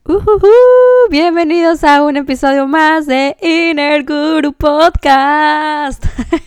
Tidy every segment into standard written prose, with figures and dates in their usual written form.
Ujujú, bienvenidos a un episodio más de Inner Guru Podcast.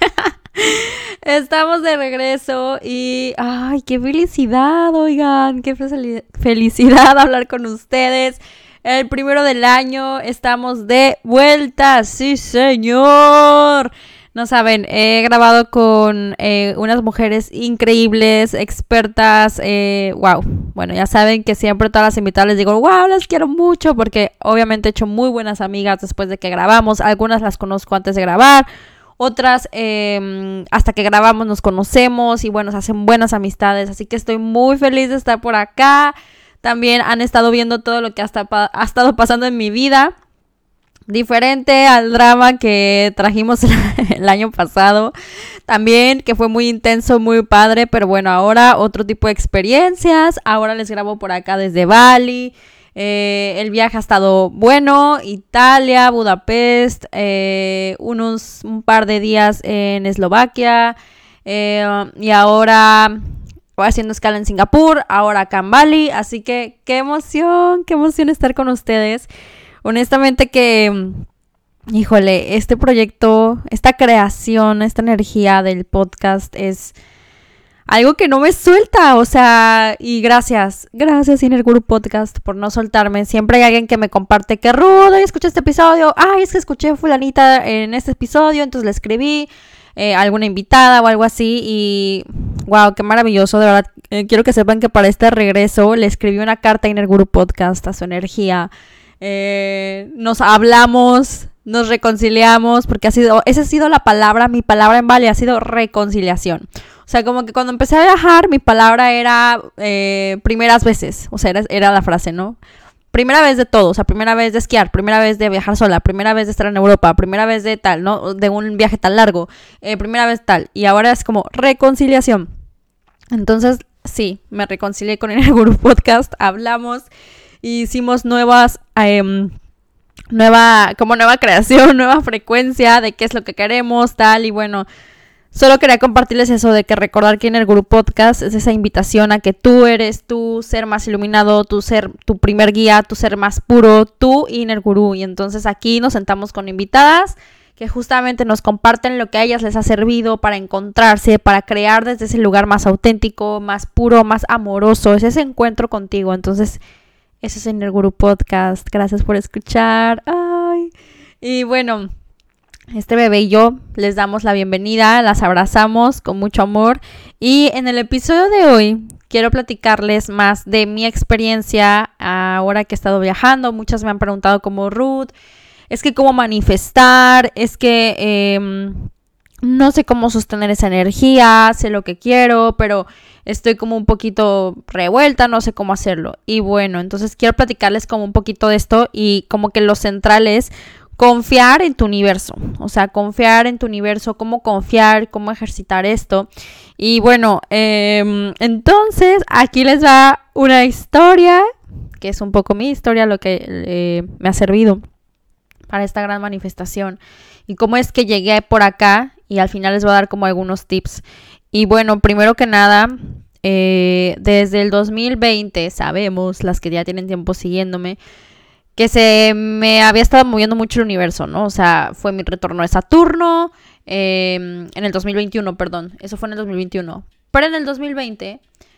Estamos de regreso y ¡ay, qué felicidad! Oigan, qué felicidad hablar con ustedes. El primero del año, estamos de vuelta, sí señor. No saben, he grabado con unas mujeres increíbles, expertas, wow. Bueno, ya saben que siempre todas las invitadas les digo, wow, las quiero mucho, porque obviamente he hecho muy buenas amigas después de que grabamos. Algunas las conozco antes de grabar, otras hasta que grabamos nos conocemos y bueno, se hacen buenas amistades. Así que estoy muy feliz de estar por acá. También han estado viendo todo lo que ha estado pasando en mi vida. Diferente al drama que trajimos el año pasado. También que fue muy intenso, muy padre. Pero bueno, ahora otro tipo de experiencias. Ahora les grabo por acá desde Bali. El viaje ha estado bueno. Italia, Budapest. Un par de días en Eslovaquia. Y ahora voy haciendo escala en Singapur. Ahora acá en Bali. Así que qué emoción estar con ustedes. Honestamente que, híjole, este proyecto, esta creación, esta energía del podcast es algo que no me suelta, o sea, y gracias Inner Guru Podcast por no soltarme. Siempre hay alguien que me comparte que rudo, escuché este episodio, es que escuché a fulanita en este episodio, entonces le escribí alguna invitada o algo así y wow, qué maravilloso, de verdad. Quiero que sepan que para este regreso le escribí una carta a Inner Guru Podcast, a su energía. Nos hablamos, nos reconciliamos, porque esa ha sido la palabra, mi palabra en Bali ha sido reconciliación. O sea, como que cuando empecé a viajar, mi palabra era primeras veces, o sea, era la frase, ¿no? Primera vez de todo, o sea, primera vez de esquiar, primera vez de viajar sola, primera vez de estar en Europa, primera vez de tal, ¿no? De un viaje tan largo, primera vez tal, y ahora es como reconciliación. Entonces, sí, me reconcilié con el Guru Podcast, hablamos. Hicimos nueva creación, nueva frecuencia de qué es lo que queremos, tal, y bueno, solo quería compartirles eso de que recordar que Inner Guru Podcast es esa invitación a que tú eres tu ser más iluminado, tu ser, tu primer guía, tu ser más puro, tu Inner Guru, y entonces aquí nos sentamos con invitadas que justamente nos comparten lo que a ellas les ha servido para encontrarse, para crear desde ese lugar más auténtico, más puro, más amoroso, es ese encuentro contigo. Entonces ese es Inner Guru Podcast. Gracias por escuchar. Y bueno, este bebé y yo les damos la bienvenida, las abrazamos con mucho amor. Y en el episodio de hoy quiero platicarles más de mi experiencia ahora que he estado viajando. Muchas me han preguntado como Ruth, es que cómo manifestar, es que no sé cómo sostener esa energía, sé lo que quiero, pero estoy como un poquito revuelta, no sé cómo hacerlo. Y bueno, entonces quiero platicarles como un poquito de esto y como que lo central es confiar en tu universo. O sea, confiar en tu universo, cómo confiar, cómo ejercitar esto. Y bueno, entonces aquí les va una historia, que es un poco mi historia, lo que me ha servido para esta gran manifestación. Y cómo es que llegué por acá. Y al final les voy a dar como algunos tips. Y bueno, primero que nada, desde el 2020, sabemos, las que ya tienen tiempo siguiéndome, que se me había estado moviendo mucho el universo, ¿no? O sea, fue mi retorno de Saturno, en el 2021, perdón. Eso fue en el 2021. Pero en el 2020,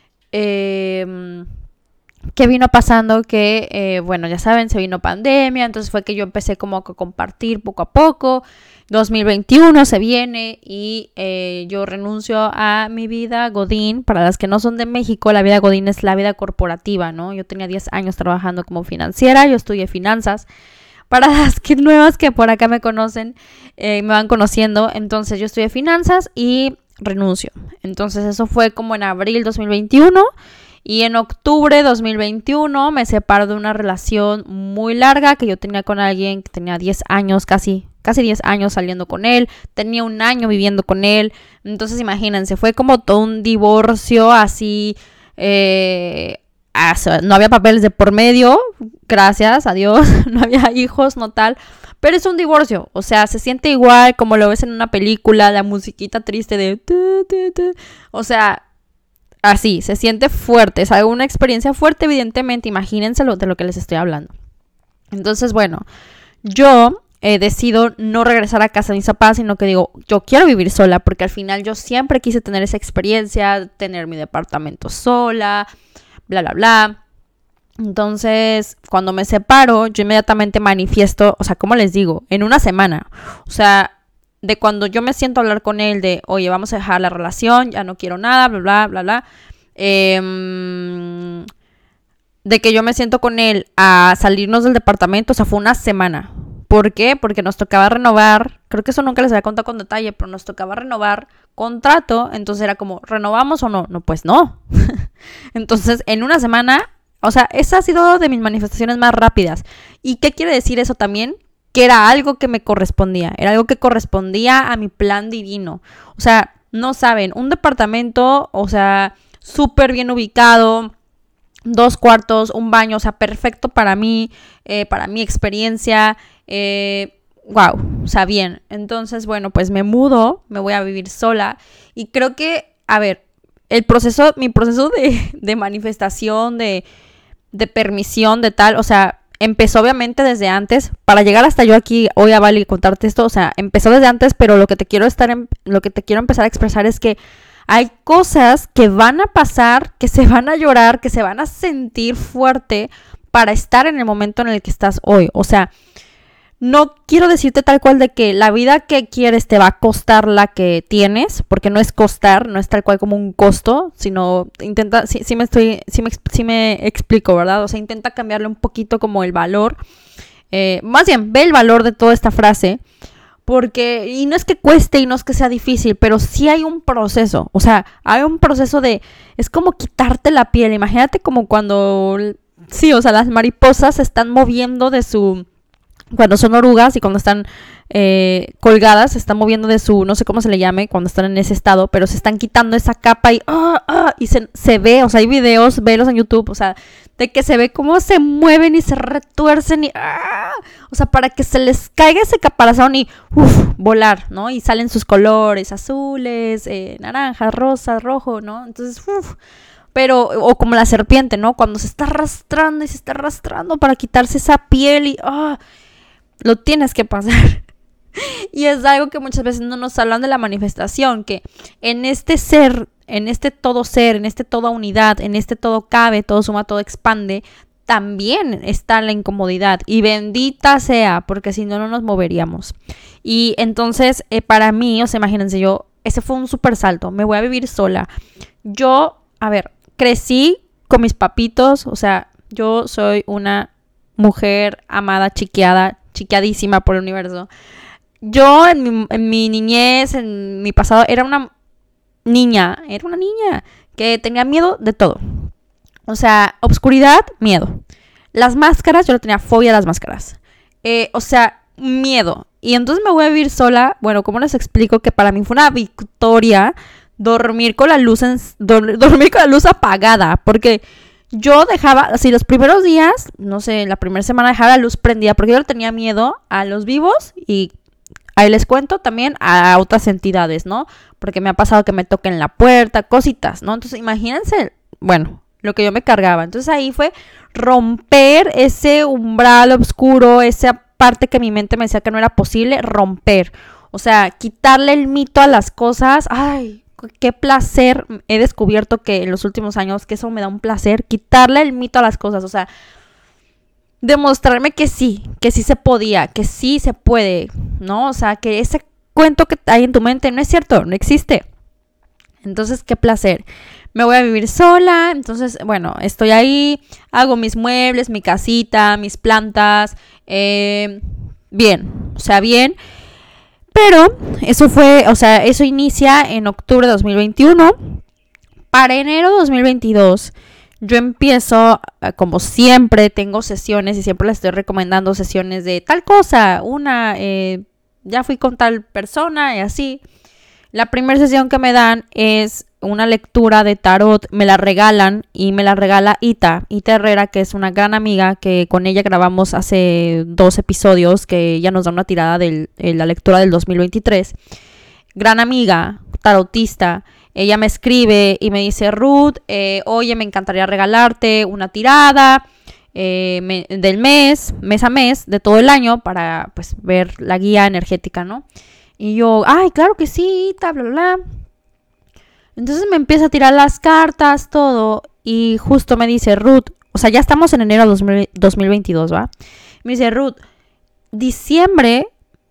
¿qué vino pasando? Que, bueno, ya saben, se vino pandemia, entonces fue que yo empecé como a compartir poco a poco. 2021 se viene y yo renuncio a mi vida Godín. Para las que no son de México, la vida Godín es la vida corporativa, ¿no? Yo tenía 10 años trabajando como financiera, yo estudié finanzas. Para las que nuevas que por acá me conocen, me van conociendo, entonces yo estudié finanzas y renuncio. Entonces eso fue como en abril 2021. Y en octubre de 2021 me separo de una relación muy larga que yo tenía con alguien que tenía 10 años, casi 10 años saliendo con él. Tenía un año viviendo con él. Entonces imagínense, fue como todo un divorcio así. No había papeles de por medio, gracias a Dios. No había hijos, no tal. Pero es un divorcio, o sea, se siente igual como lo ves en una película, la musiquita triste de... O sea... Así, se siente fuerte, es una experiencia fuerte, evidentemente, imagínense de lo que les estoy hablando. Entonces, bueno, yo decido no regresar a casa de mis papás, sino que digo, yo quiero vivir sola, porque al final yo siempre quise tener esa experiencia, tener mi departamento sola, bla, bla, bla. Entonces, cuando me separo, yo inmediatamente manifiesto, o sea, ¿cómo les digo? En una semana. O sea, de cuando yo me siento a hablar con él de, oye, vamos a dejar la relación, ya no quiero nada, bla, bla, bla, bla. De que yo me siento con él a salirnos del departamento, o sea, fue una semana. ¿Por qué? Porque nos tocaba renovar, creo que eso nunca les había contado con detalle, pero nos tocaba renovar contrato, entonces era como, ¿renovamos o no? No, pues no. Entonces, en una semana, o sea, esa ha sido de mis manifestaciones más rápidas. ¿Y qué quiere decir eso también? Que era algo que me correspondía, era algo que correspondía a mi plan divino. O sea, no saben, un departamento, o sea, súper bien ubicado, 2 cuartos, un baño, o sea, perfecto para mí, para mi experiencia, wow, o sea, bien. Entonces, bueno, pues me mudo, me voy a vivir sola y creo que, a ver, mi proceso de manifestación, de permisión, de tal, o sea, empezó obviamente desde antes, para llegar hasta yo aquí hoy a Bali y contarte esto, o sea, empezó desde antes, pero lo que te quiero empezar a expresar es que hay cosas que van a pasar, que se van a llorar, que se van a sentir fuerte para estar en el momento en el que estás hoy. O sea, no quiero decirte tal cual de que la vida que quieres te va a costar la que tienes, porque no es costar, no es tal cual como un costo, sino intenta, sí me explico, ¿verdad? O sea, intenta cambiarle un poquito como el valor. Más bien, ve el valor de toda esta frase. Porque, y no es que cueste y no es que sea difícil, pero sí hay un proceso. O sea, hay un proceso es como quitarte la piel. Imagínate como cuando, sí, o sea, las mariposas se están moviendo cuando son orugas y cuando están colgadas, se están moviendo de su, no sé cómo se le llame, cuando están en ese estado, pero se están quitando esa capa y se ve, o sea, hay videos, velos en YouTube, o sea, de que se ve cómo se mueven y se retuercen y o sea, para que se les caiga ese caparazón y volar, ¿no? Y salen sus colores azules, naranjas, rosas, rojo, ¿no? Entonces, pero, o como la serpiente, ¿no? Cuando se está arrastrando y se está arrastrando para quitarse esa piel y lo tienes que pasar. Y es algo que muchas veces no nos hablan de la manifestación, que en este ser, en este todo ser, en este toda unidad, en este todo cabe, todo suma, todo expande, también está la incomodidad. Y bendita sea, porque si no, no nos moveríamos. Y entonces, para mí, o sea, imagínense, ese fue un súper salto. Me voy a vivir sola. Yo, a ver, crecí con mis papitos, o sea, yo soy una mujer amada, chiqueadísima por el universo. Yo en mi niñez, en mi pasado, era una niña que tenía miedo de todo. O sea, obscuridad, miedo. Las máscaras, yo no tenía fobia a las máscaras. O sea, miedo. Y entonces me voy a vivir sola. Bueno, ¿cómo les explico que para mí fue una victoria dormir con la luz apagada? Porque yo dejaba, así los primeros días, no sé, la primera semana dejaba la luz prendida porque yo le tenía miedo a los vivos y ahí les cuento también a otras entidades, ¿no? Porque me ha pasado que me toquen la puerta, cositas, ¿no? Entonces imagínense, bueno, lo que yo me cargaba. Entonces ahí fue romper ese umbral oscuro, esa parte que mi mente me decía que no era posible, romper. O sea, quitarle el mito a las cosas. Ay, qué placer he descubierto que en los últimos años, que eso me da un placer, quitarle el mito a las cosas. O sea, demostrarme que sí se podía, que sí se puede, ¿no? O sea, que ese cuento que hay en tu mente no es cierto, no existe. Entonces, qué placer. Me voy a vivir sola, entonces, bueno, estoy ahí, hago mis muebles, mi casita, mis plantas, bien, o sea, bien. Pero eso inicia en octubre de 2021. Para enero de 2022, yo empiezo, como siempre, tengo sesiones y siempre les estoy recomendando sesiones de tal cosa. Ya fui con tal persona y así. La primera sesión que me dan es una lectura de tarot, me la regalan y me la regala Ita Herrera, que es una gran amiga que con ella grabamos hace 2 episodios, que ella nos da una tirada de la lectura del 2023. Gran amiga, tarotista. Ella me escribe y me dice, Ruth, oye, me encantaría regalarte una tirada. del mes a mes, de todo el año, para pues ver la guía energética, ¿no? Y yo, ay, claro que sí, bla, bla, bla. Entonces me empieza a tirar las cartas, todo, y justo me dice, Ruth, o sea, ya estamos en enero de 2022, ¿va? Me dice, Ruth, diciembre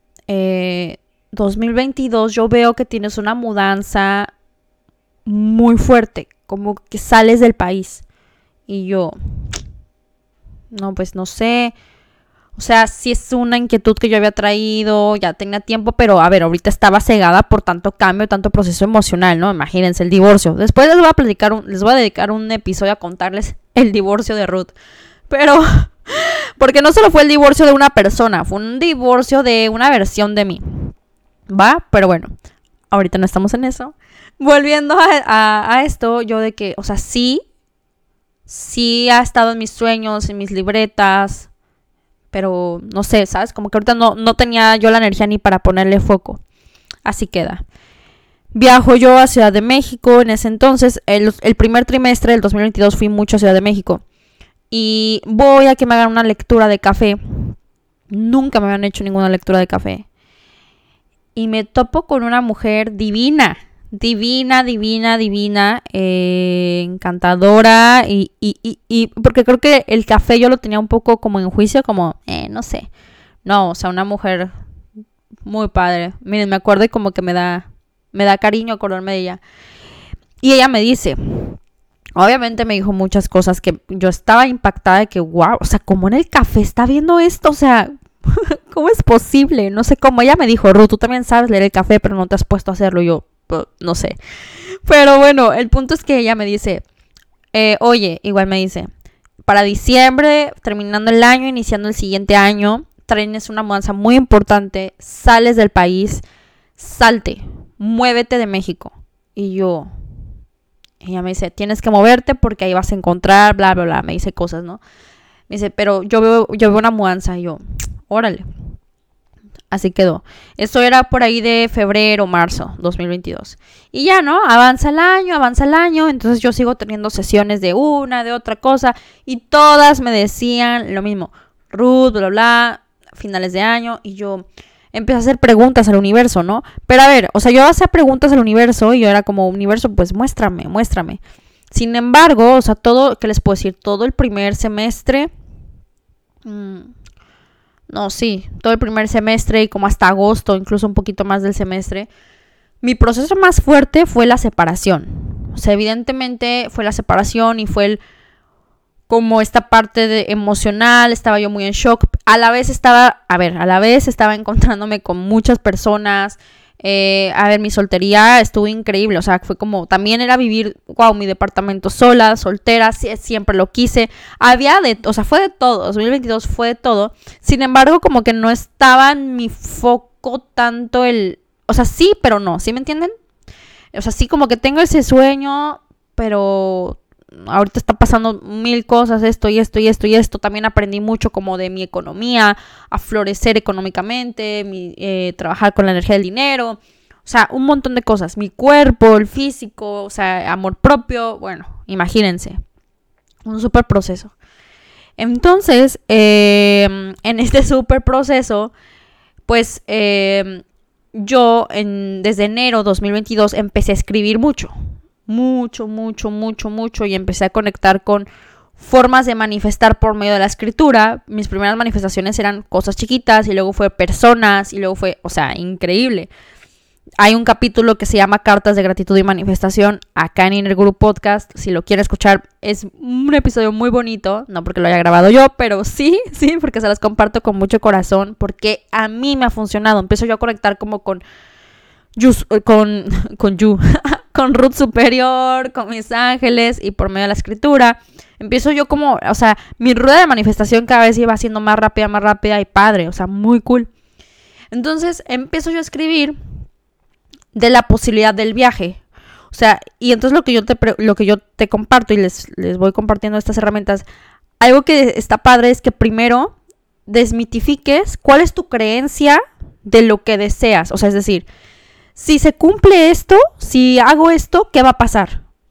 2022 yo veo que tienes una mudanza muy fuerte, como que sales del país. Y yo, no, pues no sé. O sea, sí es una inquietud que yo había traído, ya tenía tiempo, pero a ver, ahorita estaba cegada por tanto cambio, tanto proceso emocional, ¿no? Imagínense el divorcio. Después les voy a dedicar un episodio a contarles el divorcio de Ruth. Pero, porque no solo fue el divorcio de una persona, fue un divorcio de una versión de mí. ¿Va? Pero bueno, ahorita no estamos en eso. Volviendo a esto, yo de que, o sea, sí ha estado en mis sueños, en mis libretas, pero no sé, ¿sabes? Como que ahorita no tenía yo la energía ni para ponerle foco. Así queda. Viajo yo a Ciudad de México. En ese entonces, el primer trimestre del 2022 fui mucho a Ciudad de México. Y voy a que me hagan una lectura de café. Nunca me habían hecho ninguna lectura de café. Y me topo con una mujer divina. Divina, encantadora. Y porque creo que el café yo lo tenía un poco como en juicio, como, no sé. No, o sea, una mujer muy padre. Miren, me acuerdo y como que me da cariño acordarme de ella. Y ella me dice, obviamente me dijo muchas cosas que yo estaba impactada de que, wow, o sea, ¿cómo en el café está viendo esto? O sea, ¿cómo es posible? No sé cómo. Ella me dijo, Ruth, tú también sabes leer el café, pero no te has puesto a hacerlo. Y yo, no sé. Pero bueno, el punto es que ella me dice, oye, igual me dice, para diciembre, terminando el año, iniciando el siguiente año, tienes una mudanza muy importante, sales del país, salte, muévete de México. Y ella me dice, tienes que moverte porque ahí vas a encontrar, bla, bla, bla, me dice cosas, ¿no? Me dice, pero yo veo una mudanza. Y yo, órale. Así quedó. Esto era por ahí de febrero, marzo 2022. Y ya, ¿no? Avanza el año. Entonces yo sigo teniendo sesiones de una, de otra cosa. Y todas me decían lo mismo. Ruth, bla, bla, finales de año. Y yo empecé a hacer preguntas al universo, ¿no? Pero a ver, o sea, yo hacía preguntas al universo. Y yo era como, universo, pues muéstrame. Sin embargo, o sea, ¿qué les puedo decir? Todo el primer semestre... todo el primer semestre y como hasta agosto, incluso un poquito más del semestre, mi proceso más fuerte fue la separación. O sea, evidentemente fue la separación y fue como esta parte emocional, estaba yo muy en shock. A la vez estaba encontrándome con muchas personas. Mi soltería estuvo increíble, o sea, fue como, también era vivir, mi departamento sola, soltera, siempre lo quise, fue de todo, 2022 fue de todo, sin embargo, como que no estaba en mi foco tanto sí, pero no, ¿sí me entienden? O sea, sí, como que tengo ese sueño, pero ahorita está pasando mil cosas, esto, también aprendí mucho como de mi economía, a florecer económicamente, trabajar con la energía del dinero, o sea, un montón de cosas, mi cuerpo, el físico, o sea, amor propio, bueno, imagínense, un súper proceso. Entonces, en este súper proceso, pues yo desde enero 2022 empecé a escribir mucho, y empecé a conectar con formas de manifestar por medio de la escritura. Mis primeras manifestaciones eran cosas chiquitas y luego fue personas y luego fue, o sea, increíble. Hay un capítulo que se llama Cartas de Gratitud y Manifestación acá en Inner Guru Podcast. Si lo quieren escuchar, es un episodio muy bonito. No porque lo haya grabado yo, pero sí, porque se las comparto con mucho corazón. Porque a mí me ha funcionado. Empiezo yo a conectar como con Ruth superior, con mis ángeles y por medio de la escritura. Empiezo yo como, o sea, mi rueda de manifestación cada vez iba siendo más rápida y padre, o sea, muy cool. Entonces empiezo yo a escribir de la posibilidad del viaje. O sea, y entonces lo que yo te comparto y les voy compartiendo estas herramientas, algo que está padre es que primero desmitifiques cuál es tu creencia de lo que deseas. O sea, es decir, si se cumple esto, si hago esto, ¿qué va a pasar?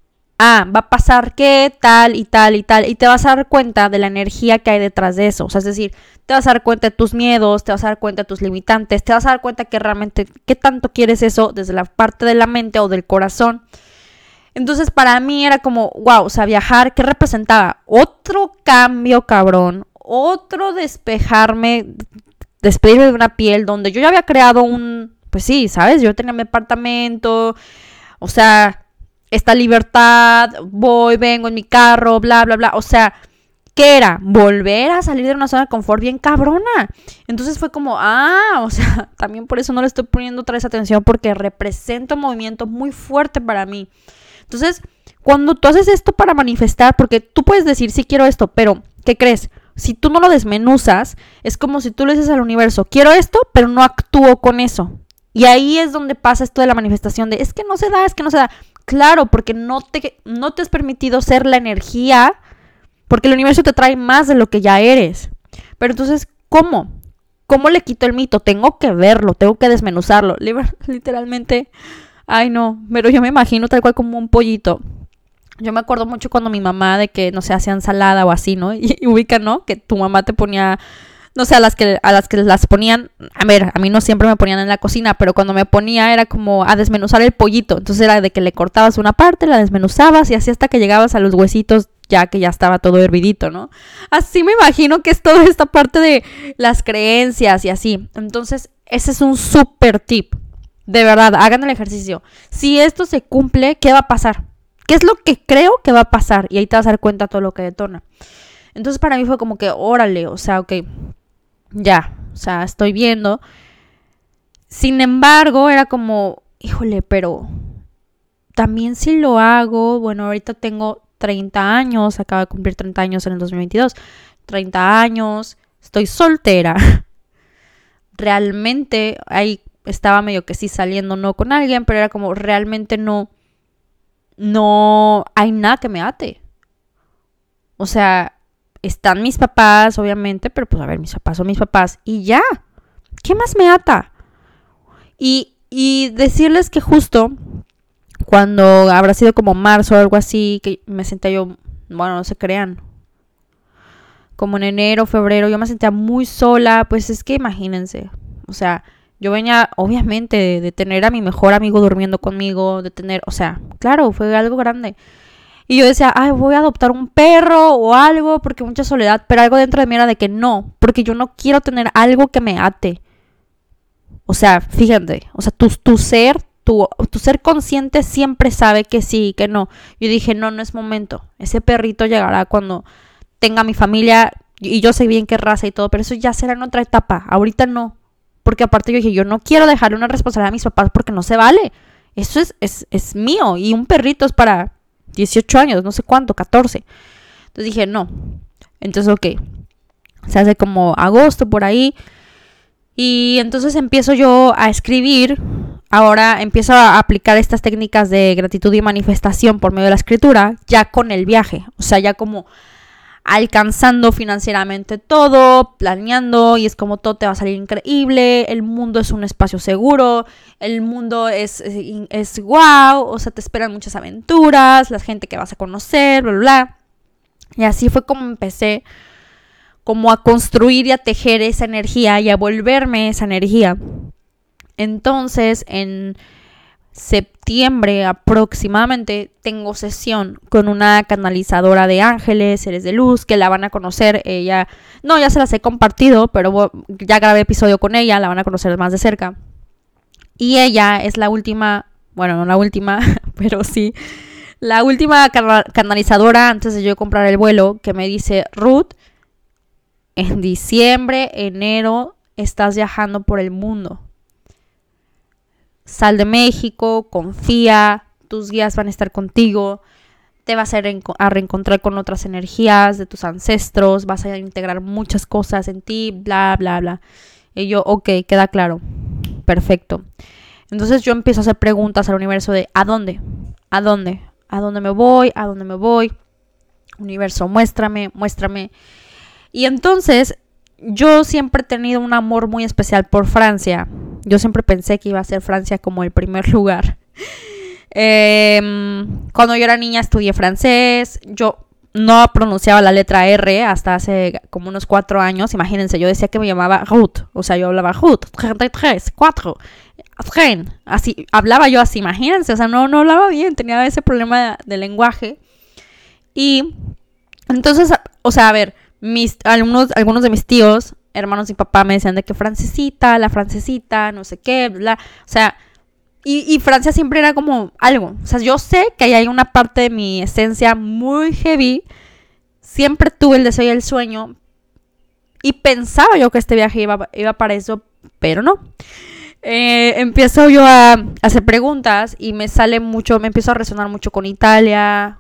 va a pasar que tal y tal y tal, y te vas a dar cuenta de la energía que hay detrás de eso. O sea, es decir, te vas a dar cuenta de tus miedos, te vas a dar cuenta de tus limitantes, te vas a dar cuenta que realmente qué tanto quieres eso desde la parte de la mente o del corazón. Entonces para mí era como, wow, o sea, viajar, ¿qué representaba? Otro cambio, cabrón, otro despejarme, despedirme de una piel donde yo ya había creado pues sí, ¿sabes? Yo tenía mi apartamento, o sea, esta libertad, voy, vengo en mi carro, bla, bla, bla. O sea, ¿qué era? Volver a salir de una zona de confort bien cabrona. Entonces fue como, o sea, también por eso no le estoy poniendo otra vez atención, porque representa un movimiento muy fuerte para mí. Entonces, cuando tú haces esto para manifestar, porque tú puedes decir, sí quiero esto, pero ¿qué crees? Si tú no lo desmenuzas, es como si tú le dices al universo, quiero esto, pero no actúo con eso. Y ahí es donde pasa esto de la manifestación de, es que no se da. Claro, porque no te has permitido ser la energía, porque el universo te trae más de lo que ya eres. Pero entonces, ¿cómo? ¿Cómo le quito el mito? Tengo que verlo, tengo que desmenuzarlo. Literalmente, ay no, pero yo me imagino tal cual como un pollito. Yo me acuerdo mucho cuando mi mamá de que, no sé, hacía ensalada o así, ¿no? Y ubica, ¿no? Que tu mamá te ponía, no sé, a las que las ponían, a ver, a mí no siempre me ponían en la cocina, pero cuando me ponía era como a desmenuzar el pollito. Entonces era de que le cortabas una parte, la desmenuzabas y así hasta que llegabas a los huesitos, ya que ya estaba todo hervidito, ¿no? Así me imagino que es toda esta parte de las creencias y así. Entonces, ese es un súper tip. De verdad, hagan el ejercicio. Si esto se cumple, ¿qué va a pasar? ¿Qué es lo que creo que va a pasar? Y ahí te vas a dar cuenta de todo lo que detona. Entonces para mí fue como que, órale, o sea, ok, ya, o sea, estoy viendo. Sin embargo, era como, híjole, pero también si lo hago, bueno, ahorita tengo 30 años, acabo de cumplir 30 años en el 2022, 30 años, estoy soltera. Realmente ahí estaba medio que sí saliendo, no con alguien, pero era como realmente no hay nada que me ate. O sea, están mis papás, obviamente, pero pues a ver, mis papás son mis papás y ya. ¿Qué más me ata? Y decirles que justo cuando habrá sido como marzo o algo así, que me sentía yo, bueno, no se crean, como en enero, febrero, yo me sentía muy sola, pues es que imagínense, o sea, yo venía obviamente de tener a mi mejor amigo durmiendo conmigo, de tener, o sea, claro, fue algo grande. Y yo decía, voy a adoptar un perro o algo porque mucha soledad, pero algo dentro de mí era de que no, porque yo no quiero tener algo que me ate. O sea, fíjate, o sea, tu ser consciente siempre sabe que sí, que no. Yo dije, no es momento. Ese perrito llegará cuando tenga mi familia y yo sé bien qué raza y todo, pero eso ya será en otra etapa. Ahorita no. Porque aparte yo dije, yo no quiero dejarle una responsabilidad a mis papás porque no se vale. Eso es mío y un perrito es para 18 años, no sé cuánto, 14. Entonces dije, no. Entonces, ok. Se hace como agosto por ahí. Y entonces empiezo yo a escribir. Ahora empiezo a aplicar estas técnicas de gratitud y manifestación por medio de la escritura, ya con el viaje. O sea, ya como alcanzando financieramente todo, planeando, y es como todo te va a salir increíble, el mundo es un espacio seguro, el mundo es wow, o sea, te esperan muchas aventuras, la gente que vas a conocer, bla, bla, bla. Y así fue como empecé como a construir y a tejer esa energía y a volverme esa energía. Entonces, en septiembre aproximadamente tengo sesión con una canalizadora de ángeles, seres de luz, que la van a conocer. Ella, no, ya se las he compartido, pero ya grabé episodio con ella, la van a conocer más de cerca. Y ella es la última, bueno, no la última, pero sí, la última canalizadora antes de yo comprar el vuelo, que me dice, Ruth, en diciembre, enero, estás viajando por el mundo. Sal de México, confía, tus guías van a estar contigo, te vas a reencontrar con otras energías de tus ancestros, vas a integrar muchas cosas en ti, bla, bla, bla. Y yo, ok, queda claro, perfecto. Entonces yo empiezo a hacer preguntas al universo de ¿a dónde? ¿A dónde? ¿A dónde me voy? ¿A dónde me voy? Universo, muéstrame. Y entonces yo siempre he tenido un amor muy especial por Francia. Yo siempre pensé que iba a ser Francia como el primer lugar. Cuando yo era niña estudié francés. Yo no pronunciaba la letra R hasta hace como unos 4 años. Imagínense, yo decía que me llamaba Ruth. O sea, yo hablaba Ruth, 33, 4, tren. Así, hablaba yo así, imagínense. O sea, no hablaba bien, tenía ese problema de lenguaje. Y entonces, o sea, a ver, algunos de mis tíos, hermanos y papá, me decían de que Francesita, la francesita, no sé qué, bla. O sea, y Francia siempre era como algo. O sea, yo sé que ahí hay una parte de mi esencia muy heavy. Siempre tuve el deseo y el sueño. Y pensaba yo que este viaje iba para eso, pero no. Empiezo yo a hacer preguntas y me empiezo a resonar mucho con Italia.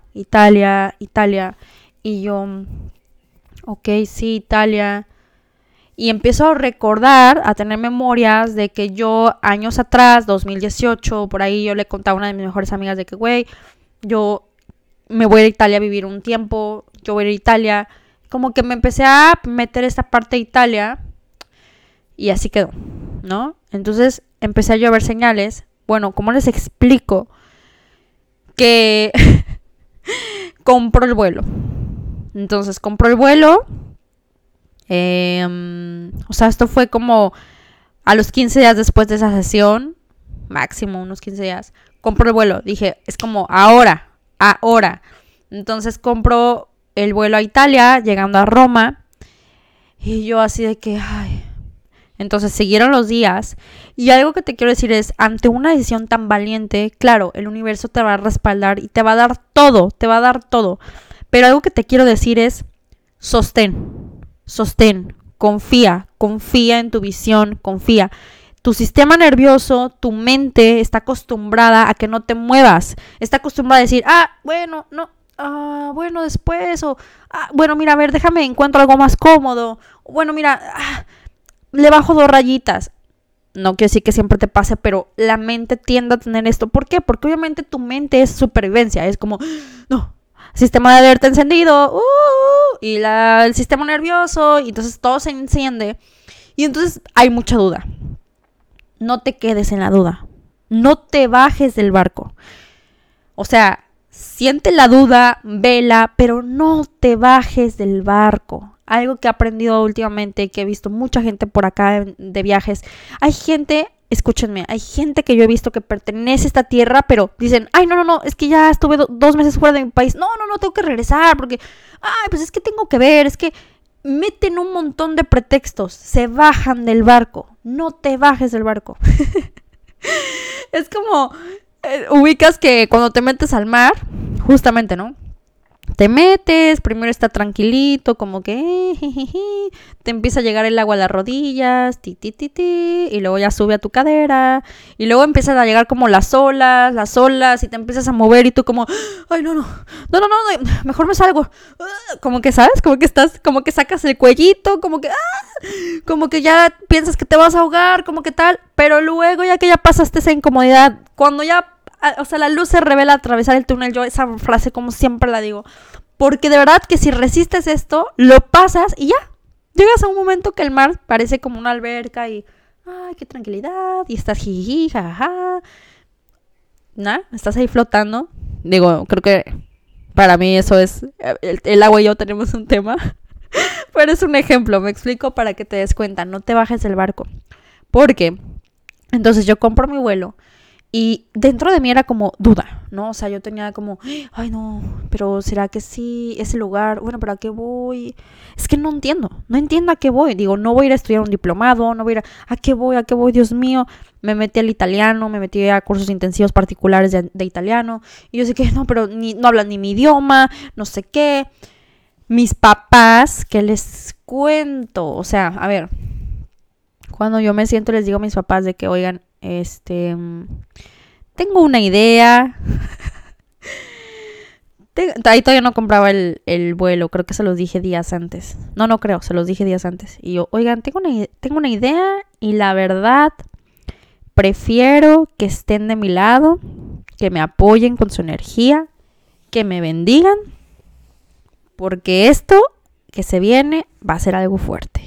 Y yo, ok, sí, Italia. Y empiezo a recordar, a tener memorias de que yo años atrás, 2018, por ahí yo le contaba a una de mis mejores amigas de que, güey, yo me voy a Italia a vivir un tiempo, yo voy a ir a Italia. Como que me empecé a meter esta parte de Italia y así quedó, ¿no? Entonces empecé yo a ver señales. Bueno, ¿cómo les explico? Que compro el vuelo. Entonces compro el vuelo. O sea, esto fue como a los 15 días después de esa sesión, máximo unos 15 días, compro el vuelo. Dije, es como ahora. Entonces compro el vuelo a Italia, llegando a Roma, y yo así de que, ay. Entonces siguieron los días, y algo que te quiero decir es, ante una decisión tan valiente, claro, el universo te va a respaldar y te va a dar todo, pero algo que te quiero decir es, sostén, confía en tu visión, confía. Tu sistema nervioso, tu mente está acostumbrada a que no te muevas, está acostumbrada a decir, bueno, no, bueno, después, o, bueno, mira, a ver, déjame, encuentro algo más cómodo, bueno, mira, le bajo 2 rayitas. No quiero decir que siempre te pase, pero la mente tiende a tener esto. ¿Por qué? Porque obviamente tu mente es supervivencia, es como, no, sistema de alerta encendido, y el sistema nervioso, y entonces todo se enciende, y entonces hay mucha duda. No te quedes en la duda, no te bajes del barco. O sea, siente la duda, vela, pero no te bajes del barco. Algo que he aprendido últimamente, que he visto mucha gente por acá de viajes. Hay gente, escúchenme, hay gente que yo he visto que pertenece a esta tierra, pero dicen, ay, no, es que ya estuve 2 meses fuera de mi país. No, tengo que regresar porque, pues es que tengo que ver, es que meten un montón de pretextos, se bajan del barco. No te bajes del barco. Es como, ubicas que cuando te metes al mar, justamente, ¿no? Te metes, primero está tranquilito, como que te empieza a llegar el agua a las rodillas, y luego ya sube a tu cadera, y luego empiezan a llegar como las olas, y te empiezas a mover, y tú como, ay, no, mejor me salgo, como que, ¿sabes? Como que estás, como que sacas el cuellito, como que ya piensas que te vas a ahogar, como que tal, pero luego ya que ya pasaste esa incomodidad, cuando ya, o sea, la luz se revela a atravesar el túnel. Yo esa frase como siempre la digo, porque de verdad que si resistes esto, lo pasas y ya, llegas a un momento que el mar parece como una alberca y, ay, qué tranquilidad, y estás jiji, jajaja, estás ahí flotando. Digo, creo que para mí eso es, el agua y yo tenemos un tema, pero es un ejemplo, me explico para que te des cuenta, no te bajes del barco, porque entonces yo compro mi vuelo. Y dentro de mí era como duda, ¿no? O sea, yo tenía como, ay, no, pero ¿será que sí? Ese lugar, bueno, ¿pero a qué voy? Es que no entiendo a qué voy. Digo, no voy a ir a estudiar un diplomado, no voy a ir ¿a qué voy? Dios mío. Me metí al italiano, me metí a cursos intensivos particulares de italiano. Y yo sé que no, pero no hablan ni mi idioma, no sé qué. Mis papás, ¿qué les cuento? O sea, a ver, cuando yo me siento les digo a mis papás de que, oigan, tengo una idea. Ahí todavía no compraba el vuelo, creo que se los dije días antes. No creo, se los dije días antes. Y yo, oigan, tengo una idea y la verdad prefiero que estén de mi lado, que me apoyen con su energía, que me bendigan, porque esto que se viene va a ser algo fuerte.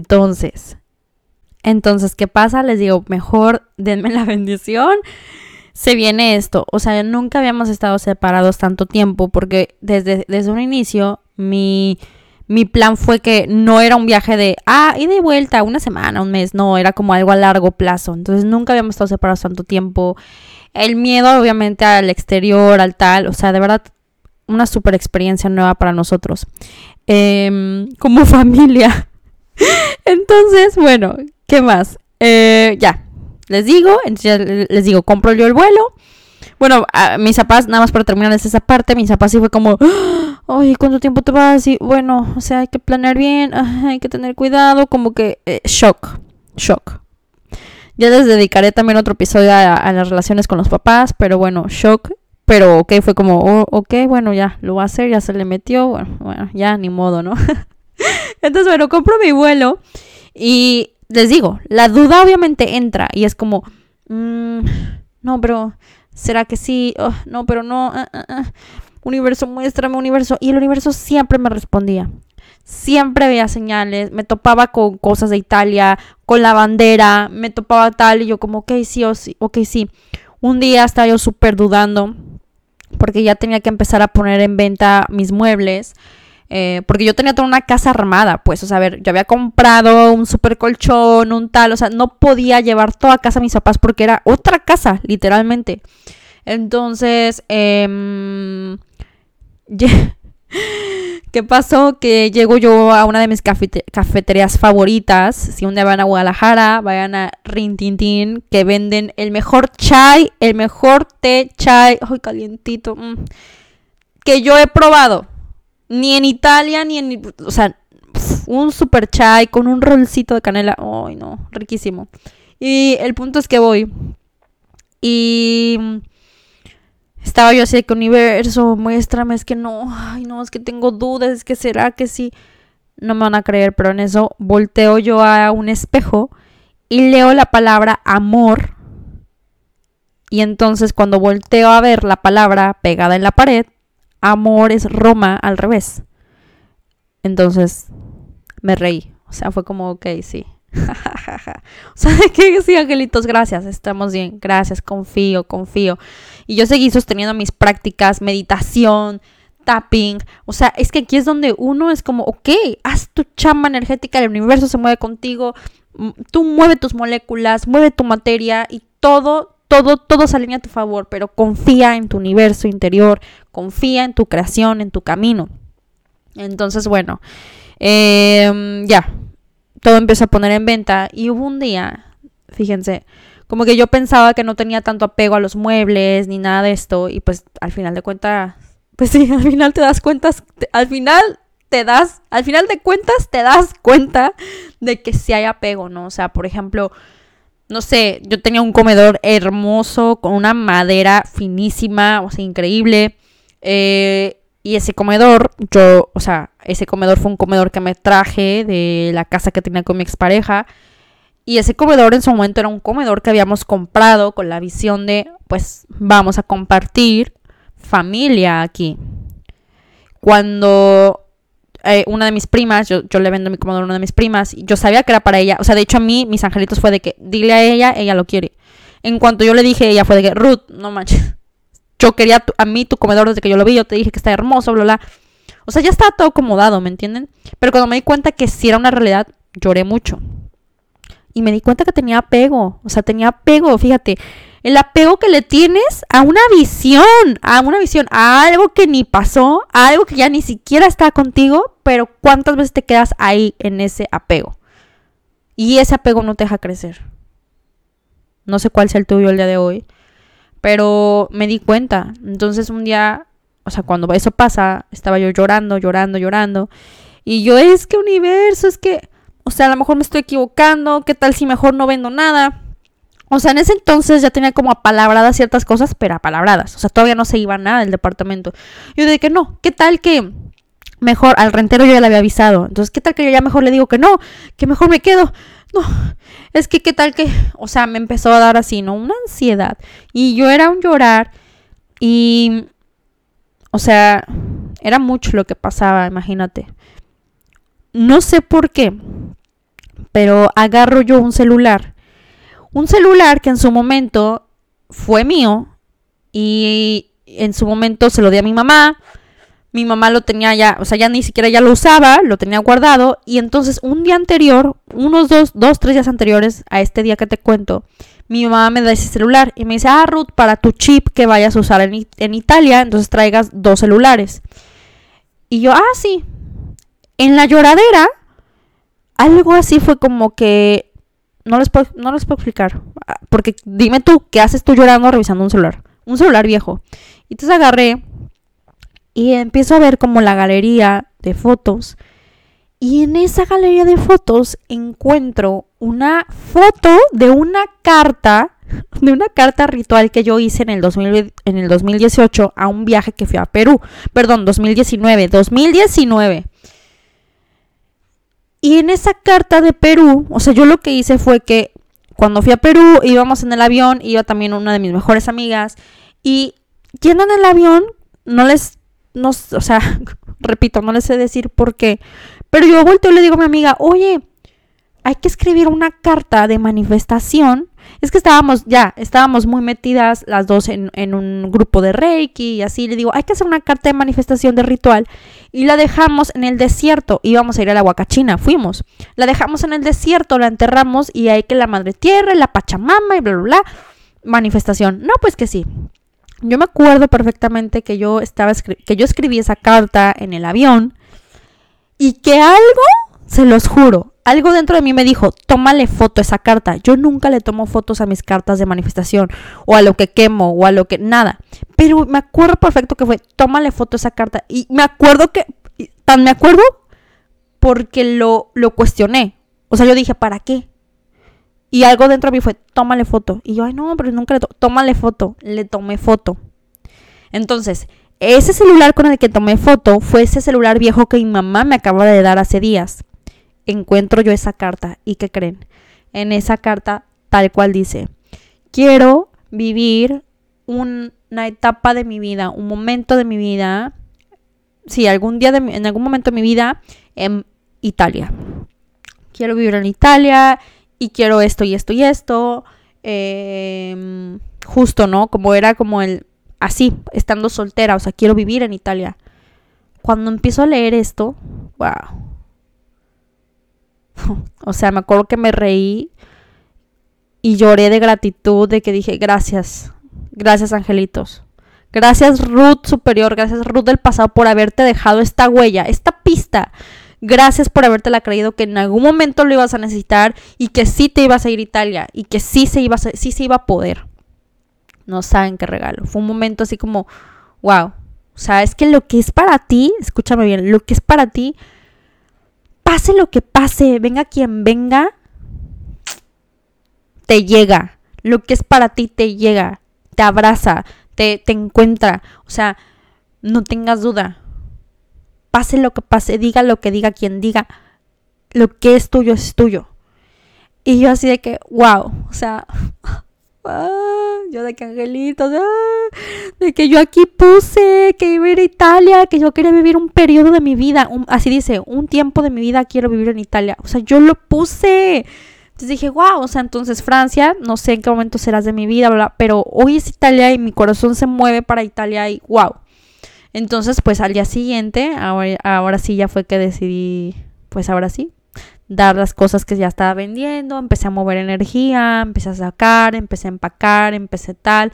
Entonces, ¿qué pasa? Les digo, mejor denme la bendición. se viene esto. O sea, nunca habíamos estado separados tanto tiempo porque desde un inicio mi plan fue que no era un viaje de, ida y vuelta, una semana, un mes. No, era como algo a largo plazo. Entonces nunca habíamos estado separados tanto tiempo. El miedo, obviamente, al exterior, al tal. O sea, de verdad, una super experiencia nueva para nosotros. Como familia. Entonces, bueno, ¿qué más? Ya, les digo, compro yo el vuelo. Bueno, mis papás, nada más para terminar esa parte, mis papás sí fue como, ay, ¿cuánto tiempo te vas? Y bueno, o sea, hay que planear bien, hay que tener cuidado, como que shock. Ya les dedicaré también otro episodio a las relaciones con los papás, pero bueno, shock. Pero ok, fue como, ok, bueno, ya, lo va a hacer, ya se le metió, bueno, ya, ni modo, ¿no? Entonces, bueno, compro mi vuelo y les digo, la duda obviamente entra y es como, no, pero, ¿será que sí? No, pero no, universo, muéstrame, universo. Y el universo siempre me respondía. Siempre veía señales, me topaba con cosas de Italia, con la bandera, me topaba tal y yo como, ok, sí. Un día estaba yo súper dudando porque ya tenía que empezar a poner en venta mis muebles. Porque yo tenía toda una casa armada, pues, o sea, a ver, yo había comprado un super colchón, un tal, o sea, no podía llevar toda casa a mis papás porque era otra casa, literalmente. Entonces, ¿qué pasó? Que llego yo a una de mis cafeterías favoritas. Si un día van a Guadalajara, vayan a Rintintín, que venden el mejor chai, el mejor té chai, ay, calientito, que yo he probado. Ni en Italia, ni en... O sea, un super chai con un rolcito de canela. Ay, no, riquísimo. Y el punto es que voy. Y estaba yo así de que universo, muéstrame, es que no. Ay, no, es que tengo dudas, es que será que sí. No me van a creer, pero en eso volteo yo a un espejo y leo la palabra amor. Y entonces cuando volteo a ver la palabra pegada en la pared, amor es Roma al revés. Entonces me reí. O sea, fue como, ok, sí. O sea, que sí, angelitos, gracias. Estamos bien, gracias, confío. Y yo seguí sosteniendo mis prácticas, meditación, tapping. O sea, es que aquí es donde uno es como, ok, haz tu chamba energética, el universo se mueve contigo. Tú mueve tus moléculas, mueve tu materia y todo se alinea a tu favor, pero confía en tu universo interior, confía en tu creación, en tu camino. Entonces, bueno, ya, todo empezó a poner en venta y hubo un día, fíjense, como que yo pensaba que no tenía tanto apego a los muebles ni nada de esto y pues al final de cuentas, pues sí, al final te das cuentas, al final de cuentas te das cuenta de que sí hay apego, ¿no? O sea, por ejemplo, no sé, yo tenía un comedor hermoso con una madera finísima, o sea, increíble. Y ese comedor, ese comedor fue un comedor que me traje de la casa que tenía con mi expareja. Y ese comedor en su momento era un comedor que habíamos comprado con la visión de, pues, vamos a compartir familia aquí. Cuando una de mis primas, yo le vendo mi comedor a una de mis primas, y yo sabía que era para ella. O sea, de hecho a mí, mis angelitos fue de que, dile a ella lo quiere. En cuanto yo le dije, ella fue de que, Ruth, no manches. Yo quería a mí tu comedor desde que yo lo vi, yo te dije que está hermoso, bla, bla. O sea, ya estaba todo acomodado, ¿me entienden? Pero cuando me di cuenta que sí era una realidad, lloré mucho. Y me di cuenta que tenía apego. O sea, tenía apego, fíjate. El apego que le tienes a una visión, a algo que ni pasó, a algo que ya ni siquiera está contigo, pero cuántas veces te quedas ahí en ese apego. Y ese apego no te deja crecer. No sé cuál sea el tuyo el día de hoy, pero me di cuenta. Entonces un día, o sea, cuando eso pasa, estaba yo llorando. Y yo, es que universo, es que, o sea, a lo mejor me estoy equivocando, ¿qué tal si mejor no vendo nada? O sea, en ese entonces ya tenía como apalabradas ciertas cosas, pero apalabradas. O sea, todavía no se iba nada del departamento. Yo dije que no, ¿qué tal que mejor al rentero yo ya le había avisado? Entonces, ¿qué tal que yo ya mejor le digo que no? Que mejor me quedo. No, es que ¿qué tal que? O sea, me empezó a dar así, ¿no? Una ansiedad. Y yo era un llorar. Y, o sea, era mucho lo que pasaba, imagínate. No sé por qué, pero agarro yo un celular. Un celular que en su momento fue mío y en su momento se lo di a mi mamá. Mi mamá lo tenía ya, o sea, ya ni siquiera ya lo usaba, lo tenía guardado. Y entonces un día anterior, unos 3 días anteriores a este día que te cuento, mi mamá me da ese celular y me dice, Ruth, para tu chip que vayas a usar en Italia, entonces traigas 2 celulares. Y yo, sí. En la lloradera, algo así fue como que, no les puedo explicar. Porque dime tú, ¿qué haces tú llorando revisando un celular? Un celular viejo. Y entonces agarré y empiezo a ver como la galería de fotos. Y en esa galería de fotos encuentro una foto de una carta ritual que yo hice en el 2018 a un viaje que fui a Perú. Perdón, 2019. Y en esa carta de Perú, o sea, yo lo que hice fue que cuando fui a Perú íbamos en el avión, iba también una de mis mejores amigas. Y yendo en el avión, repito, no les sé decir por qué, pero yo volteo y le digo a mi amiga, oye, hay que escribir una carta de manifestación. Es que estábamos muy metidas las dos en un grupo de Reiki y así. Le digo, hay que hacer una carta de manifestación de ritual. Y la dejamos en el desierto. Íbamos a ir a la Huacachina, fuimos. La dejamos en el desierto, la enterramos y hay que la madre tierra, la Pachamama y bla, bla, bla. Manifestación. No, pues que sí. Yo me acuerdo perfectamente que yo escribí esa carta en el avión y que algo, se los juro, algo dentro de mí me dijo, tómale foto a esa carta. Yo nunca le tomo fotos a mis cartas de manifestación o a lo que quemo o a lo que, nada. Pero me acuerdo perfecto que fue, tómale foto a esa carta. Y me acuerdo porque lo cuestioné. O sea, yo dije, ¿para qué? Y algo dentro de mí fue, tómale foto. Y yo, no, pero nunca tómale foto. Le tomé foto. Entonces, ese celular con el que tomé foto fue ese celular viejo que mi mamá me acaba de dar hace días. Encuentro yo esa carta. ¿Y qué creen? En esa carta, tal cual dice, quiero vivir una etapa de mi vida, un momento de mi vida, sí, en algún momento de mi vida, en Italia. Quiero vivir en Italia y quiero esto y esto y esto. Justo, ¿no? Como era como así, estando soltera, o sea, quiero vivir en Italia. Cuando empiezo a leer esto, wow. O sea, me acuerdo que me reí y lloré de gratitud, de que dije, gracias angelitos. Gracias Ruth superior, gracias Ruth del pasado por haberte dejado esta huella, esta pista. Gracias por habértela creído que en algún momento lo ibas a necesitar y que sí te ibas a ir a Italia y que sí se iba a poder. No saben qué regalo. Fue un momento así como, wow. O sea, es que lo que es para ti, escúchame bien, lo que es para ti, pase lo que pase, venga quien venga, te llega. Lo que es para ti te llega, te abraza, te encuentra. O sea, no tengas duda. Pase lo que pase, diga lo que diga quien diga, lo que es tuyo es tuyo. Y yo así de que, wow, o sea, yo de que angelitos, de que yo aquí puse que iba a ir a Italia, que yo quería vivir un periodo de mi vida, así dice, un tiempo de mi vida quiero vivir en Italia. O sea, yo lo puse. Entonces dije, wow, o sea, entonces Francia, no sé en qué momento serás de mi vida, bla, pero hoy es Italia y mi corazón se mueve para Italia y wow. Entonces, pues al día siguiente, ahora sí ya fue que decidí, pues ahora sí, dar las cosas que ya estaba vendiendo, empecé a mover energía, empecé a sacar, empecé a empacar, empecé tal.